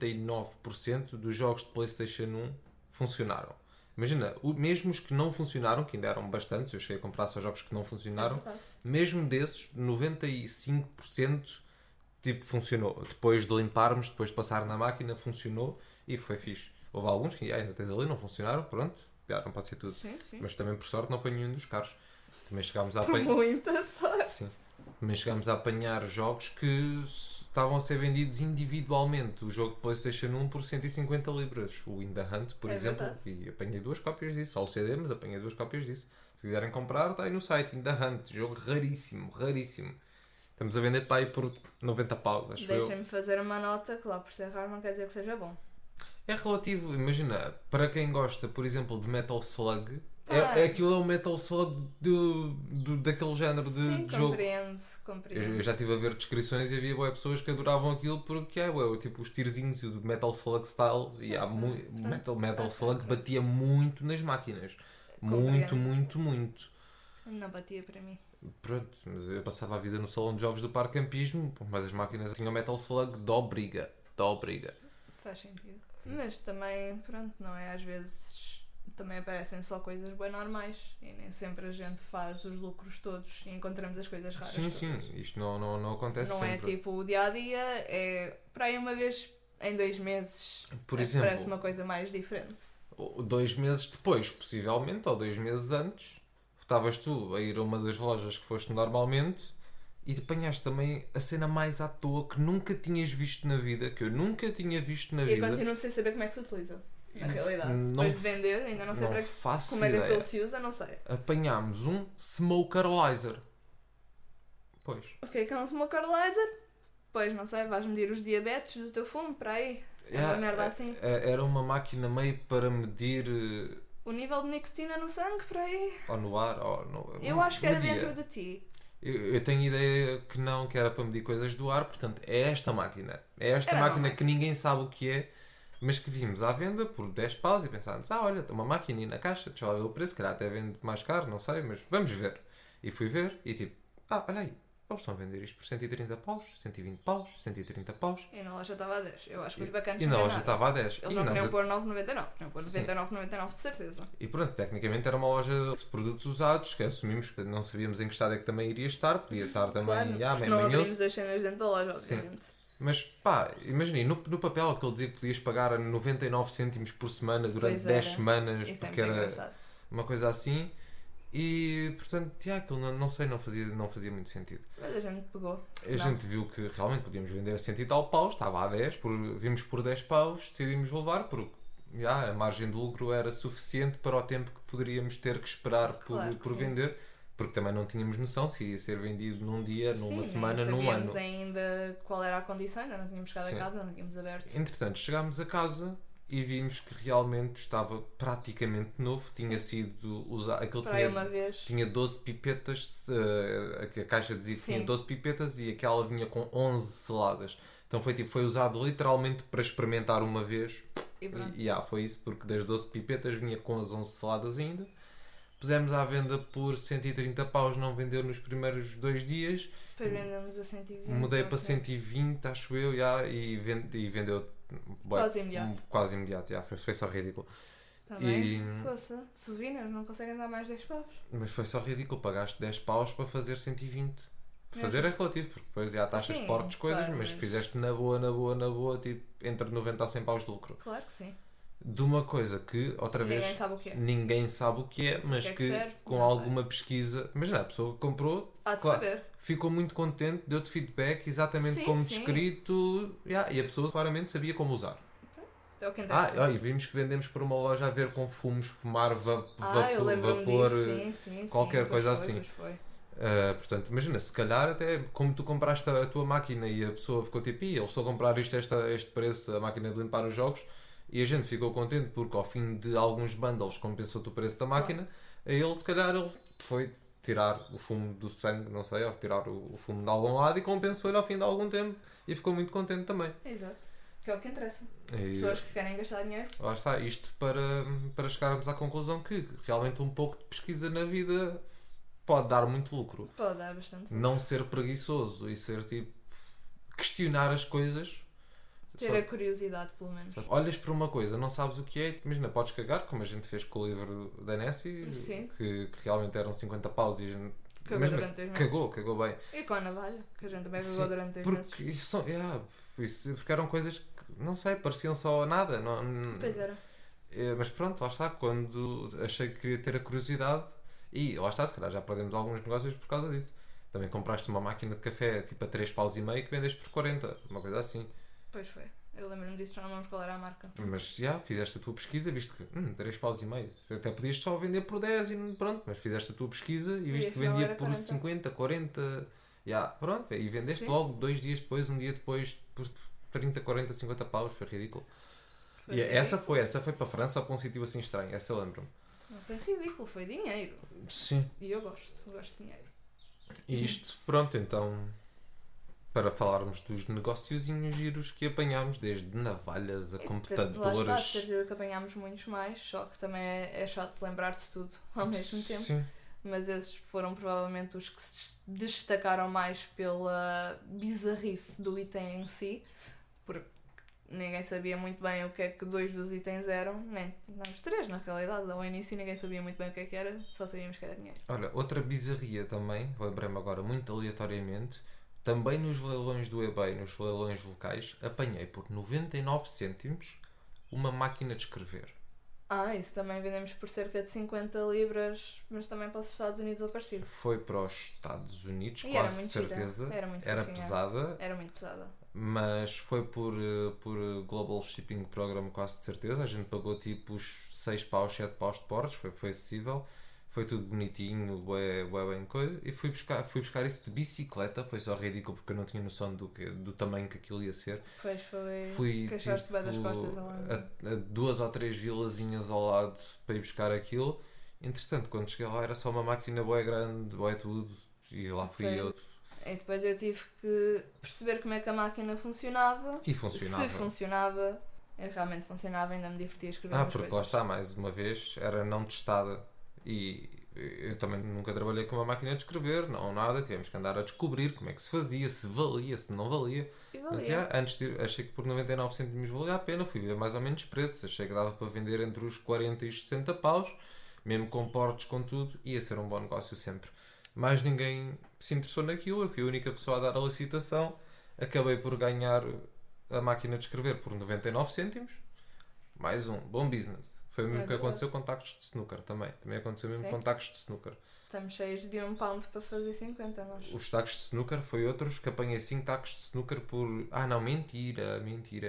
99% dos jogos de PlayStation 1 funcionaram. Imagina, mesmo os que não funcionaram, que ainda eram bastantes, eu cheguei a comprar só jogos que não funcionaram, mesmo desses, 95% tipo, funcionou. Depois de limparmos, depois de passar na máquina, funcionou e foi fixe. Houve alguns que ainda tens ali, não funcionaram, pronto, não pode ser tudo. Sim. Mas também, por sorte, não foi nenhum dos caros. Também chegámos a Por apanhar... muita sorte. Sim. Também chegámos a apanhar jogos que estavam a ser vendidos individualmente. O jogo de PlayStation 1 por 150 libras. O In The Hunt, por exemplo. Verdade. E apanhei 2 cópias disso. Só o CD, mas apanhei 2 cópias disso. Se quiserem comprar, está aí no site. In The Hunt. Jogo raríssimo. Estamos a vender para aí por 90 paus, acho eu. Deixem-me fazer uma nota que lá por ser raro não quer dizer que seja bom. É relativo. Imagina, para quem gosta, por exemplo, de Metal Slug... Aquilo é o Metal Slug daquele género de jogo. Compreendo. Eu já estive a ver descrições e havia pessoas que adoravam aquilo porque tipo os tirzinhos e o Metal Slug style e Metal Slug batia muito nas máquinas. Muito. Não batia para mim. Pronto, mas eu passava a vida no salão de jogos do Parque Campismo, mas as máquinas tinham Metal Slug de obriga. Faz sentido. Mas também, pronto, não é? Às vezes também aparecem só coisas bem normais e nem sempre a gente faz os lucros todos e encontramos as coisas raras. Sim, isto não acontece não sempre. Não é tipo o dia a dia, é para aí uma vez em 2 meses. Por exemplo, parece uma coisa mais diferente. 2 meses depois, possivelmente, ou 2 meses antes, estavas tu a ir a uma das lojas que foste normalmente e te apanhaste também a cena mais à toa que nunca tinhas visto na vida, que eu nunca tinha visto na vida. E continuo sem saber como é que se utiliza. Na realidade, não, depois de vender, ainda não sei não para faço como é que ideia. aquilo se usa, não sei. Apanhámos um Smokerlizer. Pois. O que é um Smokerlizer? Pois, não sei, vais medir os diabetes do teu fumo, para aí. É uma merda assim. Era uma máquina meio para medir... o nível de nicotina no sangue, para aí. Ou no ar, ou no... Eu acho que era dentro de ti. Eu tenho ideia que não, que era para medir coisas do ar, portanto, é esta máquina. É esta máquina que ninguém sabe o que é, mas que vimos à venda por 10 paus e pensámos, olha, tem uma máquina aí na caixa, deixa lá ver o preço, calhar até vende mais caro, não sei, mas vamos ver. E fui ver e tipo, olha aí, eles estão a vender isto por 130 paus, 120 paus, 130 paus. E na loja estava a 10. Eu acho que os bacanas E na loja estava a 10. Eles não queriam pôr 9,99, queriam pôr 99,99 de certeza. E pronto, tecnicamente era uma loja de produtos usados, que assumimos que não sabíamos em que estado é que também iria estar, podia estar também, claro, não abrimos as cenas dentro da loja, obviamente. Sim. Mas pá, imaginem, no papel aquele dizia que podias pagar 99 cêntimos por semana durante 10 semanas, isso porque era engraçado. uma coisa assim. E portanto, aquilo não sei, não fazia muito sentido. Mas a gente pegou. A gente viu que realmente podíamos vender a 100 e tal paus, estava a 10, vimos por 10 paus, decidimos levar, porque a margem de lucro era suficiente para o tempo que poderíamos ter que esperar por vender, porque também não tínhamos noção se iria ser vendido num dia, numa semana, num ano. Não sabíamos ainda qual era a condição, ainda não tínhamos chegado a casa, não tínhamos aberto. Entretanto, chegámos a casa e vimos que realmente estava praticamente novo. Tinha sido usado. Aquilo tinha 12 pipetas. A caixa dizia que tinha 12 pipetas e aquela vinha com 11 seladas. Então foi usado literalmente para experimentar uma vez. E foi isso, porque das 12 pipetas vinha com as 11 seladas ainda. Pusemos à venda por 130 paus, não vendeu nos primeiros 2 dias. Depois vendemos a 120. Mudei para 120, acho eu, e vendeu quase imediato, foi só ridículo. Também, poça, souvenirs não conseguem dar mais 10 paus. Mas foi só ridículo, pagaste 10 paus para fazer 120. Fazer é relativo, porque depois há taxas de portes, coisas, claro, mas fizeste na boa, tipo, entre 90 a 100 paus de lucro. Claro que sim. De uma coisa que, outra vez, ninguém sabe o que é, mas que com alguma pesquisa, imagina, a pessoa que comprou, ficou muito contente, deu-te feedback exatamente como descrito, e a pessoa claramente sabia como usar. É o que interessa. E vimos que vendemos por uma loja a ver com fumar, vapor, qualquer coisa assim. Portanto, imagina, se calhar até como tu compraste a tua máquina e a pessoa ficou tipo, eles estão a comprar este preço, a máquina de limpar os jogos, e a gente ficou contente porque ao fim de alguns bundles compensou-te o preço da máquina, se calhar ele foi tirar o fumo do sangue, não sei, ou tirar o fumo de algum lado e compensou-lhe ao fim de algum tempo e ficou muito contente também. Exato, que é o que interessa. Pessoas que querem gastar dinheiro. Lá está, isto para chegarmos à conclusão que realmente um pouco de pesquisa na vida pode dar muito lucro. Pode dar bastante lucro. Não ser preguiçoso e ser tipo questionar as coisas. Ter a curiosidade, pelo menos. Olhas para uma coisa, não sabes o que é, imagina, podes cagar, como a gente fez com o livro da Nessie, que realmente eram 50 paus e a gente cagou bem. E com a navalha, que a gente também cagou durante 2 meses. Porque eram coisas que, não sei, pareciam só nada. Pois era. Mas pronto, lá está, quando achei que queria ter a curiosidade, e lá está, se calhar já perdemos alguns negócios por causa disso. Também compraste uma máquina de café tipo a 3 paus e meio que vendeste por 40, uma coisa assim. Pois foi, eu lembro-me disso, já não lembro qual era a marca. Mas fizeste a tua pesquisa, viste que 3 paus e meio, até podias só vender por 10 e pronto, mas fizeste a tua pesquisa e viste que vendia por 40. 50, 40, pronto, e vendeste logo 2 dias depois, um dia depois, por 30, 40, 50 paus, foi ridículo. Essa foi para a França ou para um sítio assim estranho, essa eu lembro-me. Não foi ridículo, foi dinheiro. Sim. E eu gosto de dinheiro. E isto, pronto, então... Para falarmos dos negóciozinhos giros que apanhámos, desde navalhas a computadores. Lá está, de certeza que apanhámos muitos mais, só que também é chato lembrar-te tudo ao mesmo tempo. Sim. Mas esses foram provavelmente os que se destacaram mais pela bizarrice do item em si, porque ninguém sabia muito bem o que é que 2 dos itens eram, nem os 3 na realidade, ao início ninguém sabia muito bem o que é que era, só sabíamos que era dinheiro. Olha, outra bizarria também, lembrei-me agora muito aleatoriamente. Também nos leilões do eBay, nos leilões locais, apanhei por 99 cêntimos uma máquina de escrever. Isso também vendemos por cerca de 50 libras, mas também para os Estados Unidos ou parecido. Foi para os Estados Unidos, e quase certeza. Era pesada. Era muito pesada. Mas foi por Global Shipping Program, quase de certeza. A gente pagou tipo os 6 paus, 7 paus de portos, foi acessível. Foi tudo bonitinho, bem coisa. E fui buscar isso de bicicleta. Foi só ridículo porque eu não tinha noção do tamanho que aquilo ia ser. Pois foi. Queixaste bem das costas ao lado. A 2 ou 3 vilazinhas ao lado para ir buscar aquilo. Entretanto, quando cheguei lá era só uma máquina bué grande, bué tudo. E lá fui eu. E depois eu tive que perceber como é que a máquina funcionava. E funcionava. Se funcionava, realmente funcionava, ainda me divertia a escrever umas porque coisas. Lá está, mais uma vez, era não testada. E eu também nunca trabalhei com uma máquina de escrever, não nada, tivemos que andar a descobrir como é que se fazia, se valia, se não valia. Mas achei que por 99 cêntimos valia a pena, fui ver mais ou menos preços, achei que dava para vender entre os 40 e os 60 paus, mesmo com portos, com tudo, ia ser um bom negócio sempre. Mas ninguém se interessou naquilo, eu fui a única pessoa a dar a licitação, acabei por ganhar a máquina de escrever por 99 cêntimos, mais um bom business. Foi o mesmo que verdade. aconteceu com tacos de snooker também. Também aconteceu mesmo Sim. com tacos de snooker. Estamos cheios de £1 para fazer 50 nós. Os tacos de snooker foi outros que apanhei 5 tacos de snooker por... Ah não, mentira.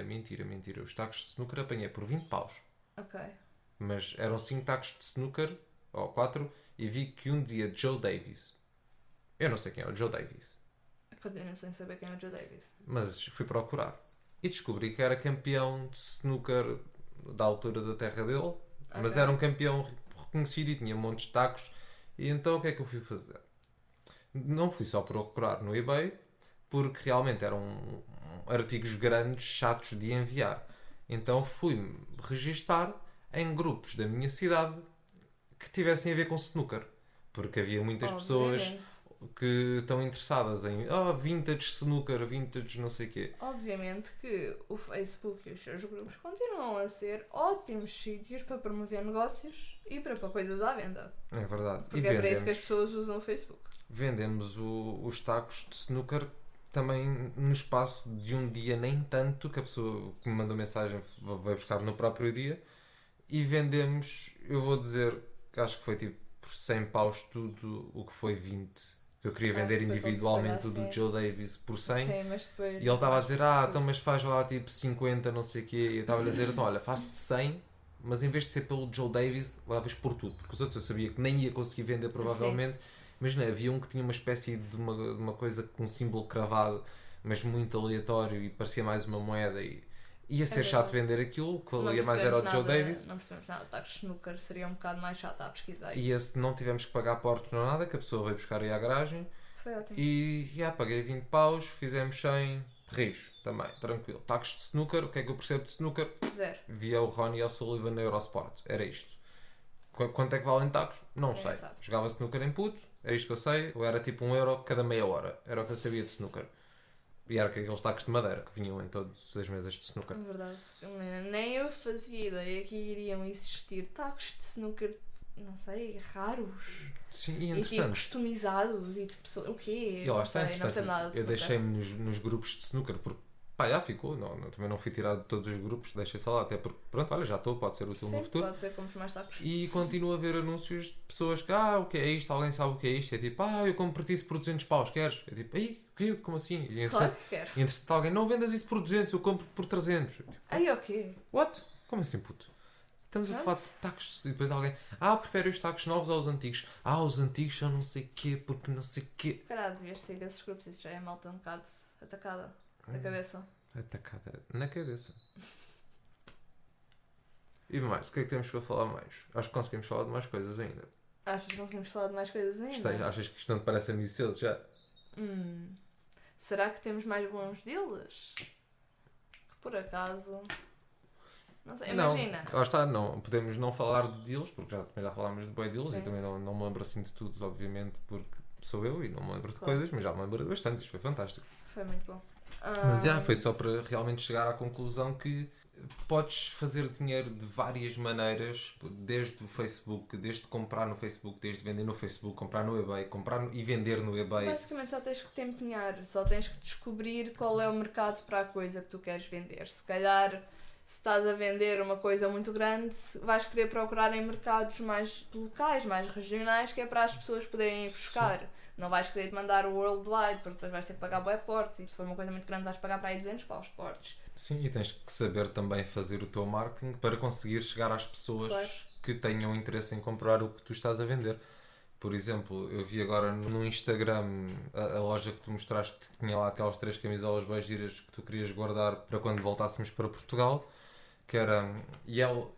Os tacos de snooker apanhei por 20 paus. Ok. Mas eram 5 tacos de snooker, ou 4, e vi que um dizia Joe Davis. Eu não sei quem é o Joe Davis, Continuo sem saber quem é o Joe Davis. mas fui procurar. E descobri que era campeão de snooker da altura da terra dele, mas Ok. era um campeão reconhecido e tinha montes de tacos. E então o que é que eu fui fazer? Não fui só procurar no eBay, porque realmente eram artigos grandes, chatos de enviar. Então fui-me registar em grupos da minha cidade que tivessem a ver com snooker. Porque havia muitas pessoas Obviamente. que estão interessadas em vintage snooker, vintage não sei o quê. Obviamente que o Facebook e os seus grupos continuam a ser ótimos sítios para promover negócios e para pôr coisas à venda. É verdade. Porque é para isso que as pessoas usam o Facebook. vendemos os tacos de snooker também no espaço de um dia, nem tanto, que a pessoa que me mandou mensagem vai buscar no próprio dia, e vendemos, eu vou dizer que acho que foi tipo por 100 paus tudo o que foi 20. Eu queria Acho vender que foi individualmente o pouco, do Joe Davis por 100. Sim, mas depois... E ele estava a dizer, então mas faz lá tipo 50, não sei o quê. E eu estava a dizer, então olha, faço de 100, mas em vez de ser pelo Joe Davis, levas por tudo. Porque os outros eu sabia que nem ia conseguir vender provavelmente. Imagina, havia um que tinha uma espécie de uma coisa com um símbolo cravado, mas muito aleatório e parecia mais uma moeda. E ia ser chato vender aquilo, o que valia mais era o Joe Davis. Não percebemos nada. Tacos de snooker seria um bocado mais chato a pesquisar. E esse não tivemos que pagar portos nem nada, que a pessoa veio buscar aí à garagem. Foi ótimo. E paguei 20 paus, fizemos 100 rios também, tranquilo. Tacos de snooker, o que é que eu percebo de snooker? Zero. Via o Ronnie e o Sullivan na Eurosport, era isto. Quanto é que valem tacos? Não Ninguém sei. sabe. Jogava snooker em puto, era isto que eu sei, ou era tipo €1 cada meia hora, era o que eu sabia de snooker. E era aqueles tacos de madeira que vinham em todas as mesas de snooker. É verdade. Nem eu fazia ideia que iriam existir tacos de snooker, não sei, raros. Sim, e E tipo entretanto, customizados e de pessoas. O quê? e lá Não está, sei, não interessante, sei nada de eu snooker. deixei-me nos grupos de snooker porque já ficou, também não fui tirado de todos os grupos, deixei só lá, até porque pronto, olha, já estou, pode ser útil no Sim, futuro. pode ser que compres mais tacos. E continuo a ver anúncios de pessoas que, o que é isto? Alguém sabe o que é isto? É tipo, eu compro-te isso por 200 paus, queres? É tipo, o quê? Como assim? E Claro que quero. entretanto alguém, não vendas isso por 200, eu compro por 300. Eu, tipo, Ai, ok. what? Como assim, puto? Estamos a falar de tacos, e depois alguém, prefere os tacos novos aos antigos. Os antigos são não sei quê, porque não sei quê. Caralho, devias sair desses grupos, isso já é malta um bocado atacada na cabeça. Atacada na cabeça. E mais, o que é que temos para falar mais? Acho que conseguimos falar de mais coisas ainda. Achas que conseguimos falar de mais coisas ainda? Achas que isto não te parece ambicioso já? Será que temos mais bons deles? Que por acaso... Não sei, imagina. Não, lá está, não. Podemos não falar de deals, porque também já falámos de boi deals. Sim. E também não me lembro assim de tudo, obviamente, porque sou eu e não me lembro de Claro. coisas, mas já me lembro de bastante. Isto foi fantástico. Foi muito bom. Mas foi só para realmente chegar à conclusão que podes fazer dinheiro de várias maneiras, desde o Facebook, desde comprar no Facebook, desde vender no Facebook, comprar no eBay, e vender no eBay. Basicamente só tens que te empenhar, só tens que descobrir qual é o mercado para a coisa que tu queres vender. Se calhar, se estás a vender uma coisa muito grande, vais querer procurar em mercados mais locais, mais regionais, que é para as pessoas poderem ir buscar. Não vais querer te mandar o worldwide, porque depois vais ter que pagar bué portos, e se for uma coisa muito grande vais pagar para aí 200 paus de portos. Sim, e tens que saber também fazer o teu marketing para conseguir chegar às pessoas Claro. que tenham interesse em comprar o que tu estás a vender. Por exemplo, eu vi agora no Instagram a loja que tu mostraste que tinha lá aquelas 3 camisolas bem giras que tu querias guardar para quando voltássemos para Portugal, que era Your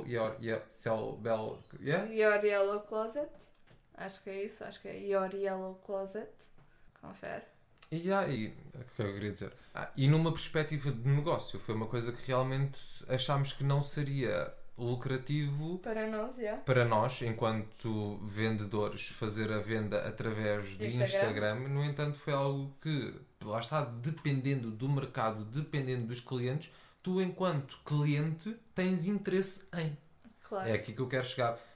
Yellow Closet, acho que é isso, acho que é Your Yellow Closet, confere. E o que eu queria dizer? E numa perspectiva de negócio, foi uma coisa que realmente achámos que não seria lucrativo para nós, enquanto vendedores, fazer a venda através de Instagram. No entanto, foi algo que, lá está, dependendo do mercado, dependendo dos clientes, tu, enquanto cliente, tens interesse em. Claro. É aqui que eu quero chegar.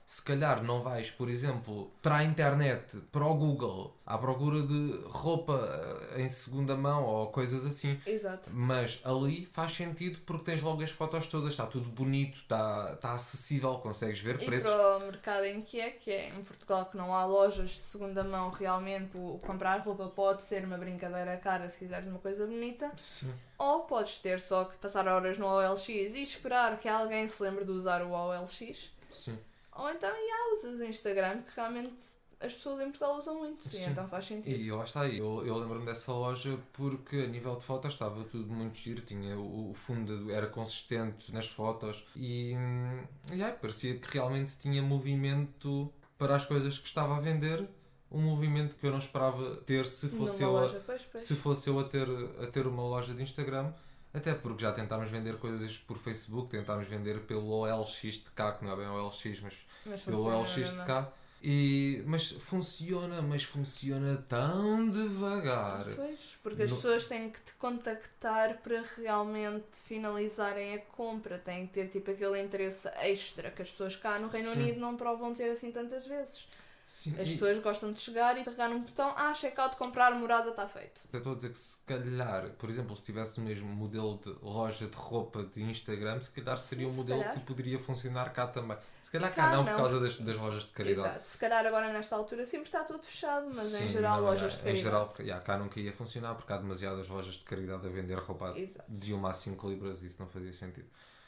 se calhar não vais, por exemplo, para a internet, para o Google, à procura de roupa em segunda mão ou coisas assim. Exato. Mas ali faz sentido porque tens logo as fotos todas, está tudo bonito, está acessível, consegues ver preços. E para o mercado em que é em Portugal, que não há lojas de segunda mão realmente, o comprar roupa pode ser uma brincadeira cara se quiseres uma coisa bonita. Sim. Ou podes ter só que passar horas no OLX e esperar que alguém se lembre de usar o OLX. Sim. Ou então usas o Instagram, que realmente as pessoas em Portugal usam muito. Sim. E então faz sentido. E lá está, eu lembro-me dessa loja porque a nível de fotos estava tudo muito giro, tinha o fundo era consistente nas fotos e parecia que realmente tinha movimento para as coisas que estava a vender, um movimento que eu não esperava ter se fosse eu a ter uma loja de Instagram. Até porque já tentámos vender coisas por Facebook, tentámos vender pelo OLX de cá, que não é bem OLX, mas pelo OLX de cá. Mas funciona tão devagar. Pois, porque as pessoas têm que te contactar para realmente finalizarem a compra. Têm que ter tipo aquele interesse extra que as pessoas cá no Reino Unido não provam ter assim tantas vezes. Sim, as pessoas gostam de chegar e carregar num botão, check-out, comprar, morada, está feito. Eu estou a dizer que se calhar, por exemplo, se tivesse o mesmo modelo de loja de roupa de Instagram, se calhar seria um modelo que poderia funcionar cá também. Se calhar cá não, por causa das lojas de caridade. Exato, se calhar agora nesta altura sempre está tudo fechado, mas em geral lojas de caridade. Em geral, cá nunca ia funcionar porque há demasiadas lojas de caridade a vender roupa de 1 a 5 libras e isso não fazia sentido.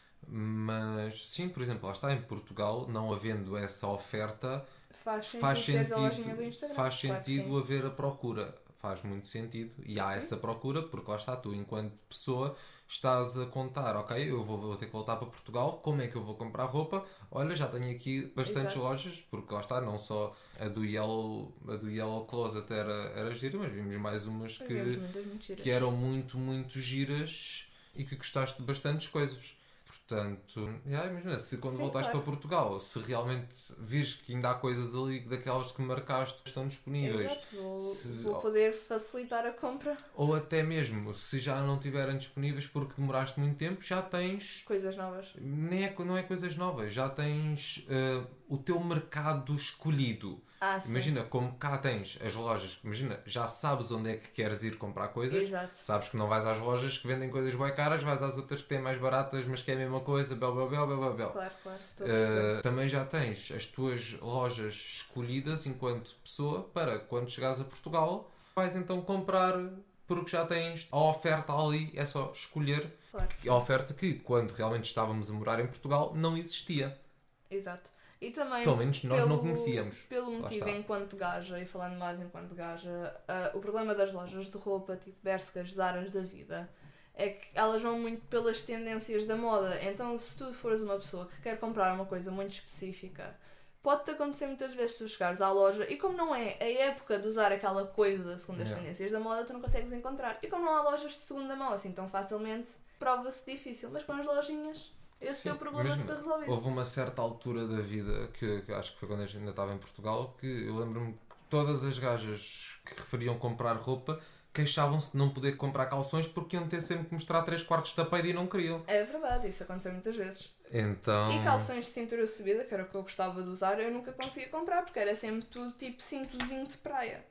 Mas sim, por exemplo, lá está em Portugal, não havendo essa oferta, faz sentido haver a procura. Faz muito sentido e há essa procura porque lá está, tu enquanto pessoa estás a contar, ok, eu vou ter que voltar para Portugal, como é que eu vou comprar roupa? Olha, já tenho aqui bastantes lojas, porque lá está, não só a do Yellow Closet era gira, mas vimos mais umas que eram muito, muito giras e que gostaste de bastantes coisas. Portanto, imagina, se quando voltares para Portugal, se realmente vires que ainda há coisas ali daquelas que marcaste que estão disponíveis. Exato, vou poder facilitar a compra. Ou até mesmo, se já não estiverem disponíveis porque demoraste muito tempo, já tens... coisas novas. Não é coisas novas, já tens o teu mercado escolhido. Imagina, como cá tens as lojas, imagina, já sabes onde é que queres ir comprar coisas. Exato. Sabes que não vais às lojas que vendem coisas bem caras, vais às outras que têm mais baratas, mas que é a mesma coisa, bel. Claro. Também já tens as tuas lojas escolhidas enquanto pessoa para quando chegares a Portugal, vais então comprar porque já tens a oferta ali, é só escolher. Claro. A oferta que, quando realmente estávamos a morar em Portugal, não existia. Exato. E também, pelo menos nós não conhecíamos. Pelo motivo enquanto gaja, e falando mais enquanto gaja, o problema das lojas de roupa, tipo Bershkas, Zaras da vida, é que elas vão muito pelas tendências da moda. Então, se tu fores uma pessoa que quer comprar uma coisa muito específica, pode-te acontecer muitas vezes tu chegares à loja e como não é a época de usar aquela coisa segundo as tendências da moda, tu não consegues encontrar. E como não há lojas de segunda mão assim tão facilmente, prova-se difícil. Mas com as lojinhas... esse teu problema fica resolvido. Houve uma certa altura da vida, que acho que foi quando eu ainda estava em Portugal, que eu lembro-me que todas as gajas que referiam comprar roupa queixavam-se de não poder comprar calções porque iam ter sempre que mostrar 3/4 da peida e não queriam. É verdade, isso aconteceu muitas vezes. Então... E calções de cintura subida, que era o que eu gostava de usar, eu nunca conseguia comprar porque era sempre tudo tipo cintozinho de praia.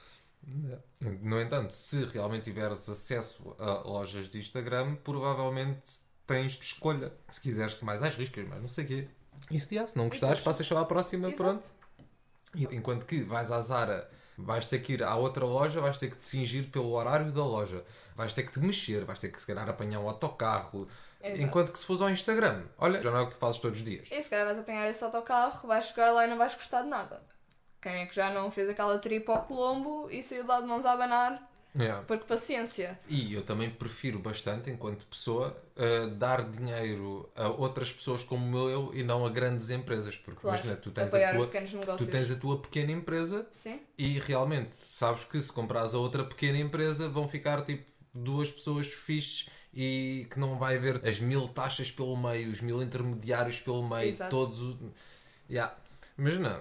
No entanto, se realmente tiveres acesso a lojas de Instagram, provavelmente tens de escolha. Se quiseres mais às riscas, mas não sei o quê. E se não gostares, passas só à próxima. Exato. Pronto. E enquanto que vais à Zara, vais ter que ir à outra loja, vais ter que te cingir pelo horário da loja. Vais ter que te mexer, vais ter que se calhar apanhar um autocarro. Exato. Enquanto que se fores ao Instagram, olha, já não é o que tu fazes todos os dias. E se calhar vais apanhar esse autocarro, vais chegar lá e não vais gostar de nada. Quem é que já não fez aquela trip ao Colombo e saiu de lá de mãos a abanar? Porque paciência. E eu também prefiro bastante, enquanto pessoa, dar dinheiro a outras pessoas como eu e não a grandes empresas. Porque imagina, tu tens a tua pequena empresa. Sim. E realmente sabes que se comprares a outra pequena empresa vão ficar tipo 2 pessoas fixes e que não vai haver as 1000 taxas pelo meio, os 1000 intermediários pelo meio. Exato. Todos. Imagina,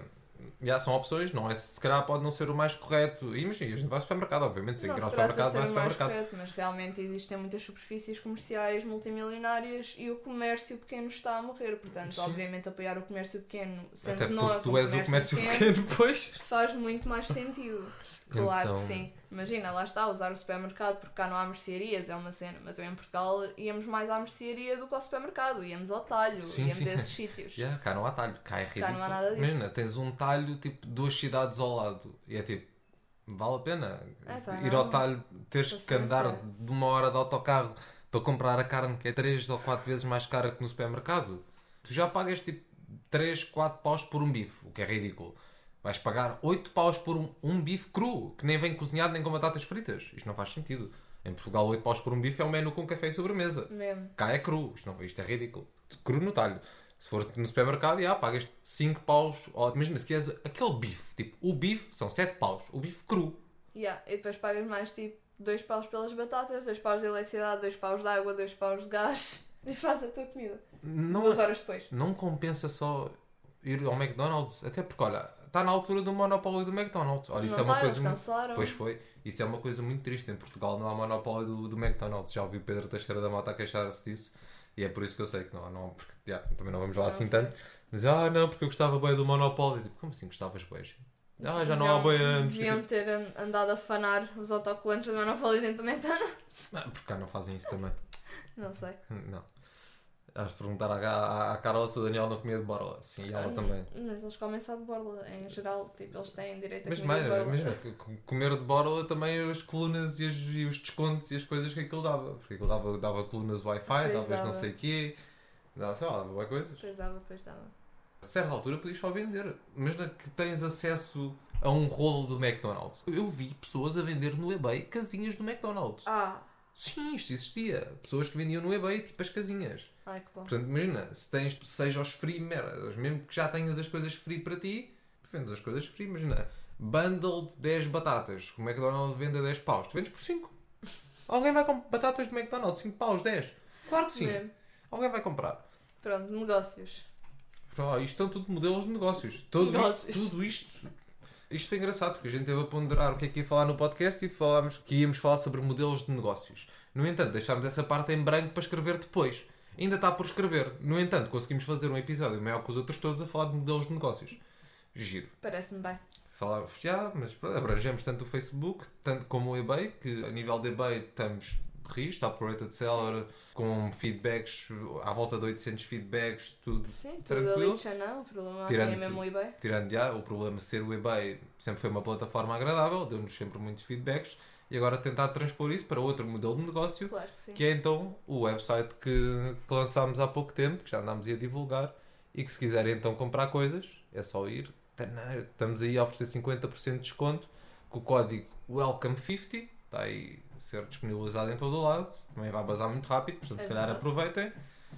Já são opções, não é? Se calhar pode não ser o mais correto. E imagina, a gente vai ao supermercado, obviamente, sem Não ir se ao trata supermercado, de vai ao ser o mais supermercado. correto, mas realmente existem muitas superfícies comerciais multimilionárias e o comércio pequeno está a morrer. Portanto, Sim. obviamente, apoiar o comércio pequeno, sendo Até porque nós tu és o comércio pequeno, pois. faz muito mais sentido. Claro Então- que sim. Imagina, lá está, usar o supermercado porque cá não há mercearias, é uma cena. Mas eu em Portugal íamos mais à mercearia do que ao supermercado. Íamos ao talho, Sim, íamos sim. a esses sítios. Yeah, cá não há talho, cá é ridículo. Cá não há nada disso. Imagina, tens um talho tipo 2 cidades ao lado e é tipo, vale a pena Epá, ir não. ao talho, teres que Paciência. andar de 1 hora de autocarro para comprar a carne que é 3 ou 4 vezes mais cara que no supermercado. Tu já pagas tipo 3, 4 paus por um bife, o que é ridículo. Vais pagar 8 paus por um bife cru, que nem vem cozinhado nem com batatas fritas. Isto não faz sentido. Em Portugal, 8 paus por um bife é um menu com café e sobremesa. Mesmo. Cá é cru. Isto é ridículo. Cru no talho. Se for no supermercado, pagas 5 paus. Ou, imagina, se queres aquele bife. Tipo, o bife são 7 paus. O bife cru. Yeah. E depois pagas mais tipo 2 paus pelas batatas, 2 paus de eletricidade, 2 paus de água, 2 paus de gás e faz a tua comida. Não, 2 horas depois. não compensa só ir ao McDonald's. Até porque, olha, está na altura do monopólio do McDonald's. Olha, isso Não é uma tá, coisa eles cancelaram. Pois foi. Isso é uma coisa muito triste. Em Portugal não há monopólio do McDonald's. Já ouvi o Pedro Teixeira da Mota a queixar-se disso. E é por isso que eu sei que não porque também não vamos lá Não assim sei. tanto. Mas, não, porque eu gostava bem do monopólio. Tipo, como assim gostavas bem? Já não há bem anos. Deviam ter andado a fanar os autocolantes do Monopoly dentro do McDonald's. Porque cá não fazem isso também. Não sei. Não. Has de perguntar à Carol se o Daniel não comia de borla. Sim, e ela também. Mas eles comem só de borla. Em geral, tipo, eles têm direito a Mas comer de borla. mesmo, comer de borla também as colunas e os descontos e as coisas que aquilo dava. Porque aquilo dava colunas Wi-Fi, Pois davas dava. não sei o quê, dava, sei lá, dava boas coisas. Depois dava. A certa altura podias só vender. Imagina que tens acesso a um rolo do McDonald's. Eu vi pessoas a vender no eBay casinhas do McDonald's. Sim, isto existia. Pessoas que vendiam no eBay tipo as casinhas. Ai, que bom. Portanto, imagina, se tens, seja os free, mesmo que já tenhas as coisas free para ti, vendes as coisas free. Imagina, bundle de 10 batatas, o McDonald's vende a 10 paus, tu vendes por 5. Alguém vai comprar batatas do McDonald's, 5 paus, 10. Claro que sim. Mesmo. Alguém vai comprar. Pronto, negócios. Isto são tudo modelos de negócios. Tudo isto. Isto foi engraçado porque a gente teve a ponderar o que é que ia falar no podcast e falámos que íamos falar sobre modelos de negócios. No entanto, deixámos essa parte em branco para escrever depois. Ainda está por escrever. No entanto, conseguimos fazer um episódio maior que os outros todos a falar de modelos de negócios. Giro. Parece-me bem. Falávamos, mas pronto, abrangemos tanto o Facebook tanto como o eBay, que a nível de eBay estamos rios, top rated seller, com feedbacks, à volta de 800 feedbacks, tudo Sim, tudo tranquilo. ali já não. O problema Tirando é mesmo o eBay. Tirando o problema de ser o eBay, sempre foi uma plataforma agradável, deu-nos sempre muitos feedbacks, e agora tentar transpor isso para outro modelo de negócio, Claro que sim. que é então o website que lançámos há pouco tempo, que já andámos a divulgar, e que se quiserem então comprar coisas, é só ir. Estamos aí a oferecer 50% de desconto com o código WELCOME50, está aí a ser disponibilizado em todo o lado, também vai bazar muito rápido, portanto se calhar verdade. aproveitem.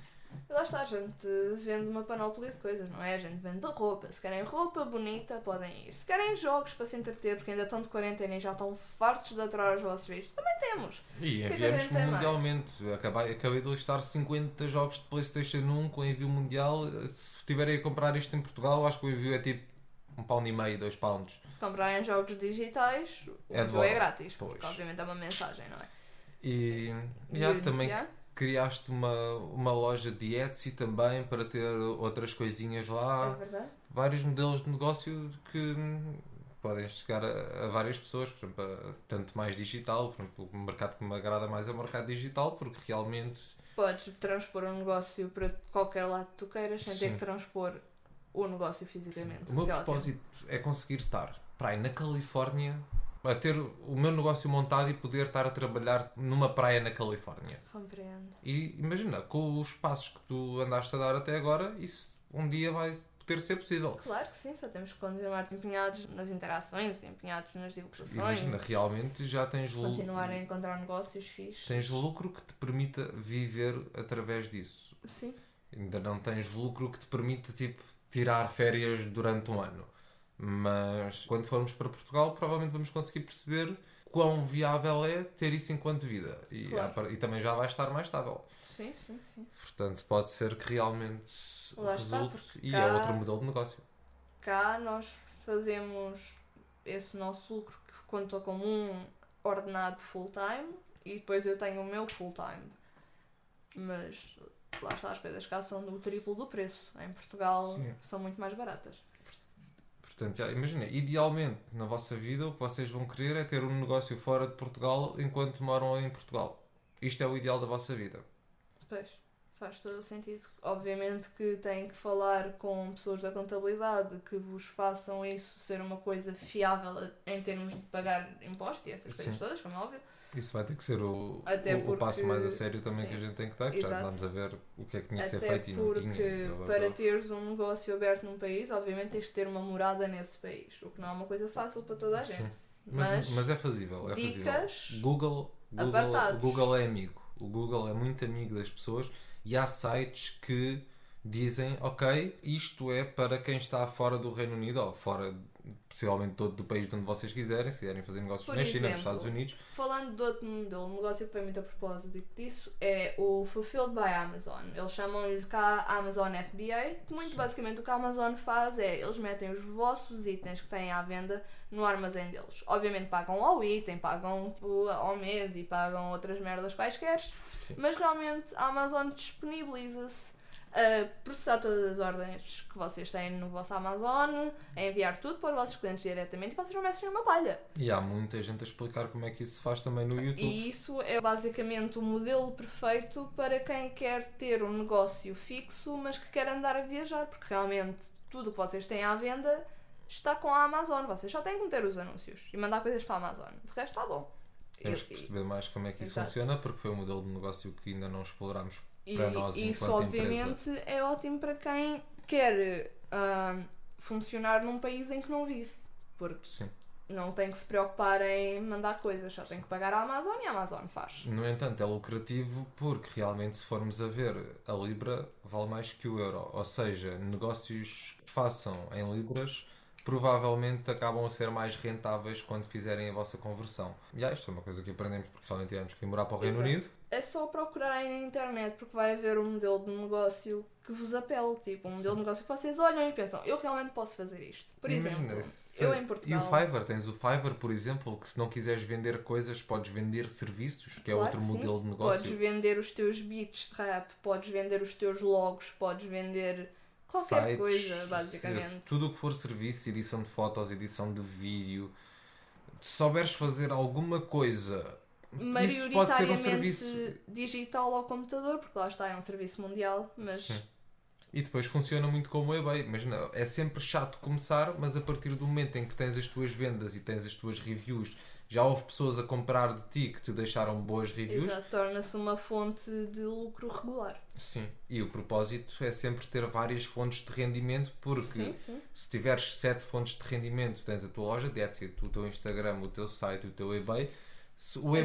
E lá está, a gente vende uma panóplia de coisas, não é? A gente vende roupa. Se querem roupa bonita, podem ir. Se querem jogos para se entreter, porque ainda estão de quarentena e já estão fartos de aturar os vossos vídeos, também temos. E que é que a enviamos gente tem mais? mundialmente. Acabei de listar 50 jogos de PlayStation 1 com envio mundial. Se estiverem a comprar isto em Portugal, acho que o envio é tipo £1,50, £2. Se comprarem jogos digitais, o É de envio bola. é grátis, porque Pois. obviamente é uma mensagem, não é? E também criaste uma loja de Etsy também para ter outras coisinhas lá. É verdade. Vários modelos de negócio que podem chegar a várias pessoas, por exemplo, tanto mais digital, por exemplo, o mercado que me agrada mais é o mercado digital, porque realmente Podes transpor um negócio para qualquer lado que tu queiras, sem ter Sim. que transpor o negócio fisicamente. o meu que é ótimo. propósito é conseguir estar praia na Califórnia, a ter o meu negócio montado e poder estar a trabalhar numa praia na Califórnia. Compreendo. E imagina, com os passos que tu andaste a dar até agora, isso um dia vai poder ser possível. Claro que sim, só temos que continuar empenhados nas interações, empenhados nas divulgações, Imagina, realmente já tens continuar a encontrar negócios fixos. tens lucro que te permita viver através disso. Sim, Ainda não tens lucro que te permita tipo, tirar férias durante um ano. Mas quando formos para Portugal, provavelmente vamos conseguir perceber quão viável é ter isso enquanto vida. E, Claro. e também já vai estar mais estável. sim. Portanto, pode ser que realmente Lá está, resulte. porque E cá- é outro modelo de negócio. Cá nós fazemos esse nosso lucro que conta como um ordenado full-time e depois eu tenho o meu full-time. Mas lá está, as coisas cá são do triplo do preço. Em Portugal são muito mais baratas. Portanto, imagina, idealmente na vossa vida o que vocês vão querer é ter um negócio fora de Portugal enquanto moram em Portugal. Isto é o ideal da vossa vida. Pois, faz todo o sentido. Obviamente que têm que falar com pessoas da contabilidade que vos façam isso ser uma coisa fiável em termos de pagar impostos e essas coisas todas, como é óbvio. Isso vai ter que ser o porque, passo mais a sério também que a gente tem que dar, que já andámos a ver o que é que tinha que ser feito e não tinha. Porque para teres um negócio aberto num país, obviamente tens de ter uma morada nesse país, o que não é uma coisa fácil para toda a gente. Mas é fazível, é dicas, fazível. O Google é amigo. O Google é muito amigo das pessoas e há sites que dizem, ok, isto é para quem está fora do Reino Unido ou fora, possivelmente todo do país de onde vocês quiserem, se quiserem fazer negócios na China, nos Estados Unidos. Falando de outro modelo, um negócio que foi muito a propósito disso é o Fulfilled by Amazon. Eles chamam-lhe cá Amazon FBA, que muito basicamente o que a Amazon faz é, eles metem os vossos itens que têm à venda no armazém deles. Obviamente pagam ao item, pagam ao mês e pagam outras merdas quaisquer, mas realmente a Amazon disponibiliza-se a processar todas as ordens que vocês têm no vosso Amazon, a enviar tudo para os vossos clientes diretamente e vocês não mexem uma palha. E há muita gente a explicar como é que isso se faz também no YouTube. E isso é basicamente o modelo perfeito para quem quer ter um negócio fixo, mas que quer andar a viajar, porque realmente tudo o que vocês têm à venda está com a Amazon. Vocês só têm que meter os anúncios e mandar coisas para a Amazon. De resto está bom. Temos que perceber mais como é que isso funciona, porque foi um modelo de negócio que ainda não explorámos para nós enquanto empresa. Isso obviamente é ótimo para quem quer funcionar num país em que não vive, porque não tem que se preocupar em mandar coisas, só tem que pagar a Amazon e a Amazon faz. No entanto, é lucrativo porque realmente, se formos a ver, a Libra vale mais que o euro, ou seja, negócios que façam em Libras provavelmente acabam a ser mais rentáveis quando fizerem a vossa conversão. E isto é uma coisa que aprendemos porque realmente tivemos que ir morar para o Reino Unido. É só procurarem na internet porque vai haver um modelo de negócio que vos apele, tipo um modelo de negócio que vocês olham e pensam, eu realmente posso fazer isto. Por exemplo, eu em Portugal... E o Fiverr, tens o Fiverr, por exemplo, que se não quiseres vender coisas, podes vender serviços, que é outro modelo de negócio. Podes vender os teus beats de rap, podes vender os teus logos, podes vender... qualquer sites, coisa, basicamente. Tudo o que for serviço, edição de fotos, edição de vídeo, se souberes fazer alguma coisa, isso pode ser um serviço digital ao computador, porque lá está, é um serviço mundial, mas... E depois funciona muito como o eBay. Imagina, é sempre chato começar, mas a partir do momento em que tens as tuas vendas e tens as tuas reviews, já houve pessoas a comprar de ti que te deixaram boas reviews. Exato, torna-se uma fonte de lucro regular. Sim, e o propósito é sempre ter várias fontes de rendimento, porque se tiveres 7 fontes de rendimento, tens a tua loja, o teu Instagram, o teu site, o teu eBay. O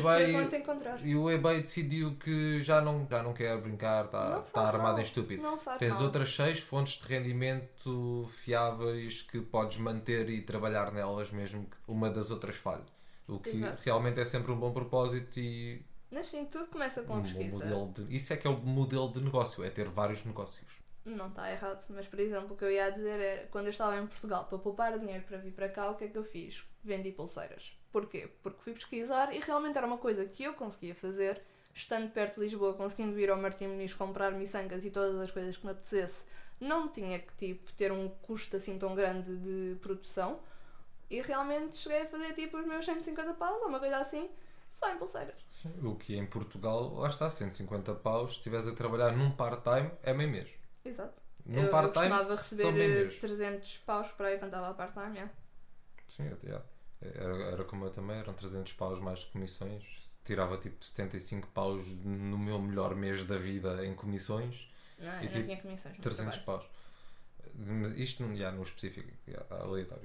eBay decidiu que já não quer brincar, está armado em estúpido. Tens outras 6 fontes de rendimento fiáveis que podes manter e trabalhar nelas mesmo que uma das outras falhe. O que realmente é sempre um bom propósito e... Mas sim, tudo começa com a pesquisa. Isso é que é o modelo de negócio, é ter vários negócios. Não está errado, mas por exemplo o que eu ia dizer era, quando eu estava em Portugal para poupar dinheiro para vir para cá, o que é que eu fiz? Vendi pulseiras. Porquê? Porque fui pesquisar e realmente era uma coisa que eu conseguia fazer, estando perto de Lisboa, conseguindo ir ao Martim Muniz comprar miçangas e todas as coisas que me apetecesse, não tinha que ter um custo assim tão grande de produção e realmente cheguei a fazer os meus 150 paus ou uma coisa assim, só em pulseiras. Sim, o que em Portugal, lá está, 150 paus, se estiveres a trabalhar num part-time, é meio mês. Exato. Num part-time, eu costumava receber 300 paus por aí quando estava a part-time, Sim, era como eu também, eram 300 paus mais de comissões, tirava 75 paus no meu melhor mês da vida em comissões. Não, eu não tinha comissões. 300 paus. Isto no específico, aleatório.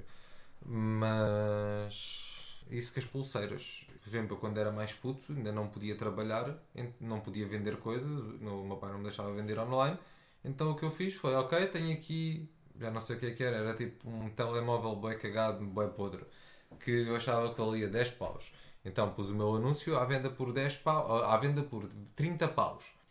Mas isso que as pulseiras, por exemplo, eu quando era mais puto ainda não podia trabalhar, não podia vender coisas, o meu pai não me deixava vender online, então o que eu fiz foi, ok, tenho aqui, já não sei o que era tipo um telemóvel bué cagado, bué podre, que eu achava que valia 10 paus. Então pus o meu anúncio à venda por 10 paus, à venda por 30 paus.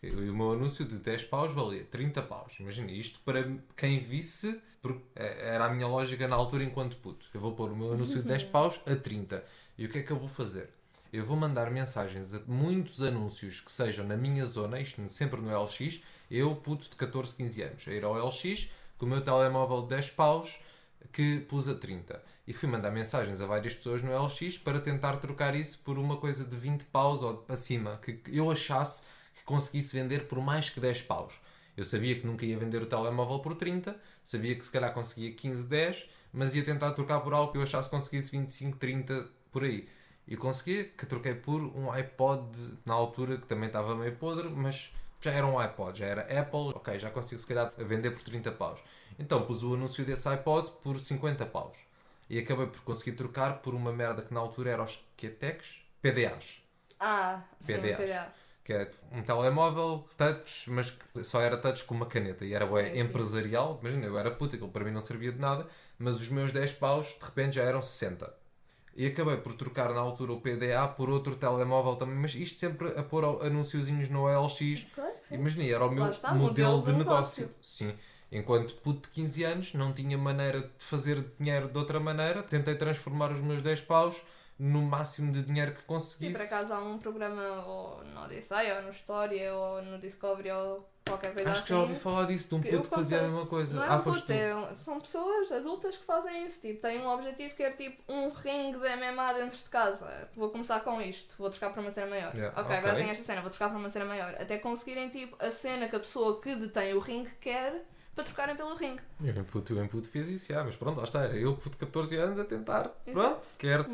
E o meu anúncio de 10 paus valia 30 paus. Imagina, isto para quem visse, porque era a minha lógica na altura enquanto puto. Eu vou pôr o meu anúncio de 10 paus a 30. E o que é que eu vou fazer? Eu vou mandar mensagens a muitos anúncios que sejam na minha zona, isto sempre no LX, eu, puto de 14, 15 anos, a ir ao LX com o meu telemóvel de 10 paus que pus a 30. E fui mandar mensagens a várias pessoas no LX para tentar trocar isso por uma coisa de 20 paus ou acima, que eu achasse que conseguisse vender por mais que 10 paus. Eu sabia que nunca ia vender o telemóvel por 30, sabia que se calhar conseguia 15, 10, mas ia tentar trocar por algo que eu achasse que conseguisse 25, 30, por aí. E consegui, que troquei por um iPod na altura, que também estava meio podre, mas já era um iPod, já era Apple, ok, já consigo se calhar vender por 30 paus. Então pus o anúncio desse iPod por 50 paus. E acabei por conseguir trocar por uma merda que na altura era os QTECs, PDAs. Sim, PDA. Que é um telemóvel touch, mas que só era touch com uma caneta. E era empresarial, imagina, eu era puto, aquilo para mim não servia de nada, mas os meus 10 paus de repente já eram 60. E acabei por trocar na altura o PDA por outro telemóvel também, mas isto sempre a pôr anunciozinhos no OLX. Claro, imagina, era o meu modelo de negócio. Sim. Enquanto puto de 15 anos, não tinha maneira de fazer dinheiro de outra maneira, tentei transformar os meus 10 paus no máximo de dinheiro que conseguisse. E por acaso há um programa ou no Odyssey, ou no Story, ou no Discovery, ou qualquer coisa assim. Acho que já ouvi falar disso, de um puto que fazia a mesma coisa. Não é puto, são pessoas adultas que fazem isso. Tipo, têm um objetivo que é tipo um ringue de MMA dentro de casa. Vou começar com isto, vou trocar para uma cena maior. Ok, agora tenho esta cena, vou trocar para uma cena maior. Até conseguirem tipo a cena que a pessoa que detém o ringue quer, para trocarem pelo ringue. Eu em puto fiz isso, mas pronto, lá está, era eu puto de 14 anos a tentar, pronto,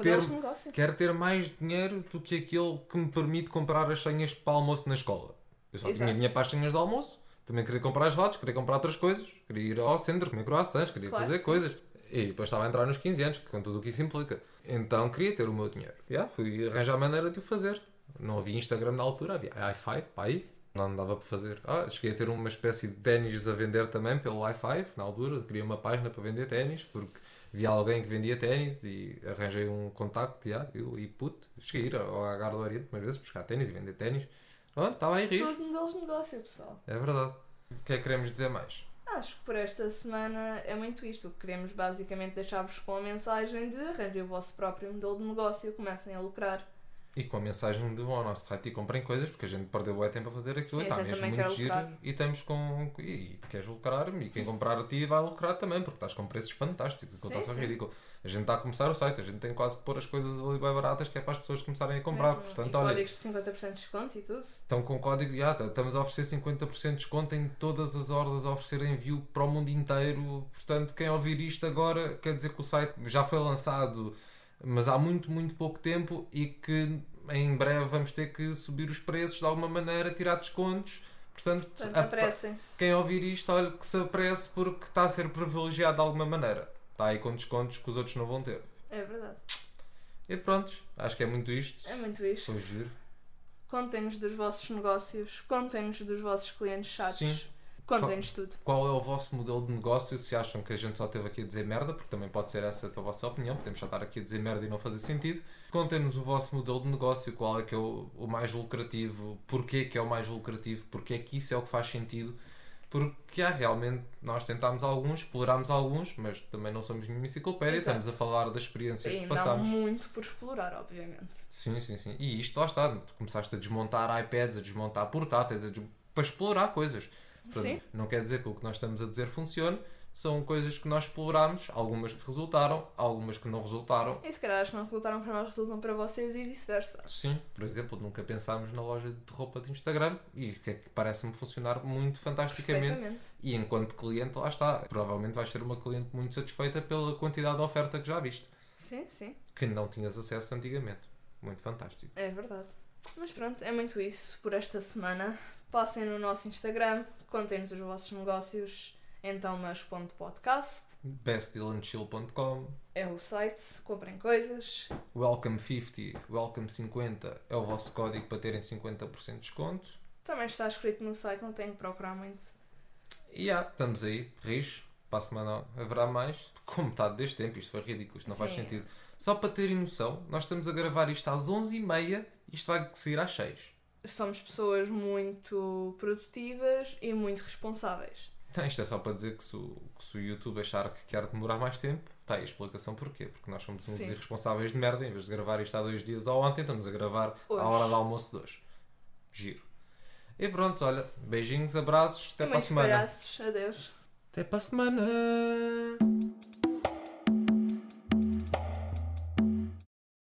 quero ter mais dinheiro do que aquele que me permite comprar as senhas para almoço na escola. Eu só tinha dinheiro para as senhas de almoço, também queria comprar gelados, queria comprar outras coisas, queria ir ao centro, comer croissants, queria fazer coisas. E depois estava a entrar nos 15 anos, com tudo o que isso implica. Então queria ter o meu dinheiro. Fui arranjar a maneira de o fazer. Não havia Instagram na altura, havia i5, para aí. Não dava para fazer. Cheguei a ter uma espécie de ténis a vender também pelo i5 na altura. Queria uma página para vender ténis porque via alguém que vendia ténis e arranjei um contacto. Eu e puto. Cheguei a ir ao Agar do Oriente umas vezes buscar ténis e vender ténis. Estava aí rijo. Tudo modelos de negócio, pessoal. É verdade. O que é que queremos dizer mais? Acho que por esta semana é muito isto. O que queremos basicamente deixar-vos com a mensagem de arranjem o vosso próprio modelo de negócio, comecem a lucrar. E com a mensagem de vão ao nosso site e comprem coisas, porque a gente perdeu o tempo a fazer aquilo. Sim, e está mesmo muito giro. E estamos com. E queres lucrar, e quem comprar a ti vai lucrar também, porque estás com preços fantásticos. Aquilo está só ridículo. A gente está a começar o site, a gente tem quase que pôr as coisas ali bem baratas, que é para as pessoas começarem a comprar. Mesmo. Portanto, e códigos de 50% de desconto e tudo. Estão com código, estamos a oferecer 50% de desconto em todas as ordens, a oferecer envio para o mundo inteiro. Portanto, quem ouvir isto agora, quer dizer que o site já foi lançado, mas há muito, muito pouco tempo e que em breve vamos ter que subir os preços de alguma maneira, tirar descontos. Portanto apressem-se. Quem ouvir isto, olha que se apresse porque está a ser privilegiado de alguma maneira. Está aí com descontos que os outros não vão ter. É verdade. E pronto, acho que é muito isto. É muito isto. Foi giro. Contem-nos dos vossos negócios, contem-nos dos vossos clientes chatos. Sim. Contem-nos tudo. Qual é o vosso modelo de negócio? Se acham que a gente só esteve aqui a dizer merda, porque também pode ser essa a vossa opinião, podemos só estar aqui a dizer merda e não fazer sentido. Contem-nos o vosso modelo de negócio, qual é que é o mais lucrativo, porquê que é o mais lucrativo, porquê é que isso é o que faz sentido. Porque realmente nós tentámos alguns, explorámos alguns, mas também não somos nenhuma enciclopédia, estamos a falar das experiências que passámos. E ainda há muito por explorar, obviamente. Sim. E isto lá está, tu começaste a desmontar iPads, a desmontar portáteis, para explorar coisas. Portanto, não quer dizer que o que nós estamos a dizer funcione, são coisas que nós explorámos, algumas que resultaram, algumas que não resultaram. E se calhar as que não resultaram para nós resultam para vocês e vice-versa. Sim, por exemplo, nunca pensámos na loja de roupa de Instagram e que parece-me funcionar muito fantasticamente. E enquanto cliente, lá está, provavelmente vais ser uma cliente muito satisfeita pela quantidade de oferta que já viste. Sim. Que não tinhas acesso antigamente. Muito fantástico. É verdade. Mas pronto, é muito isso por esta semana. Passem no nosso Instagram, contem-nos os vossos negócios, então mas.podcast. bestdealandchill.com é o site, comprem coisas. Welcome 50, Welcome 50 é o vosso código para terem 50% de desconto. Também está escrito no site, não tenho que procurar muito. E estamos aí, rijo. Para a semana haverá mais. Com metade deste tempo, isto foi ridículo, isto não faz sentido. Só para terem noção, nós estamos a gravar isto às 11h30 e isto vai sair às 6h. somos pessoas muito produtivas e muito responsáveis. Então, isto é só para dizer que se o YouTube achar que quer demorar mais tempo, está aí a explicação porquê. Porque nós somos uns Sim. irresponsáveis de merda. Em vez de gravar isto há 2 dias ou ontem, estamos a gravar Hoje. à hora do almoço de hoje. Giro. E pronto, olha, beijinhos, abraços, até para a Muitos semana. abraços, adeus. Até para a semana.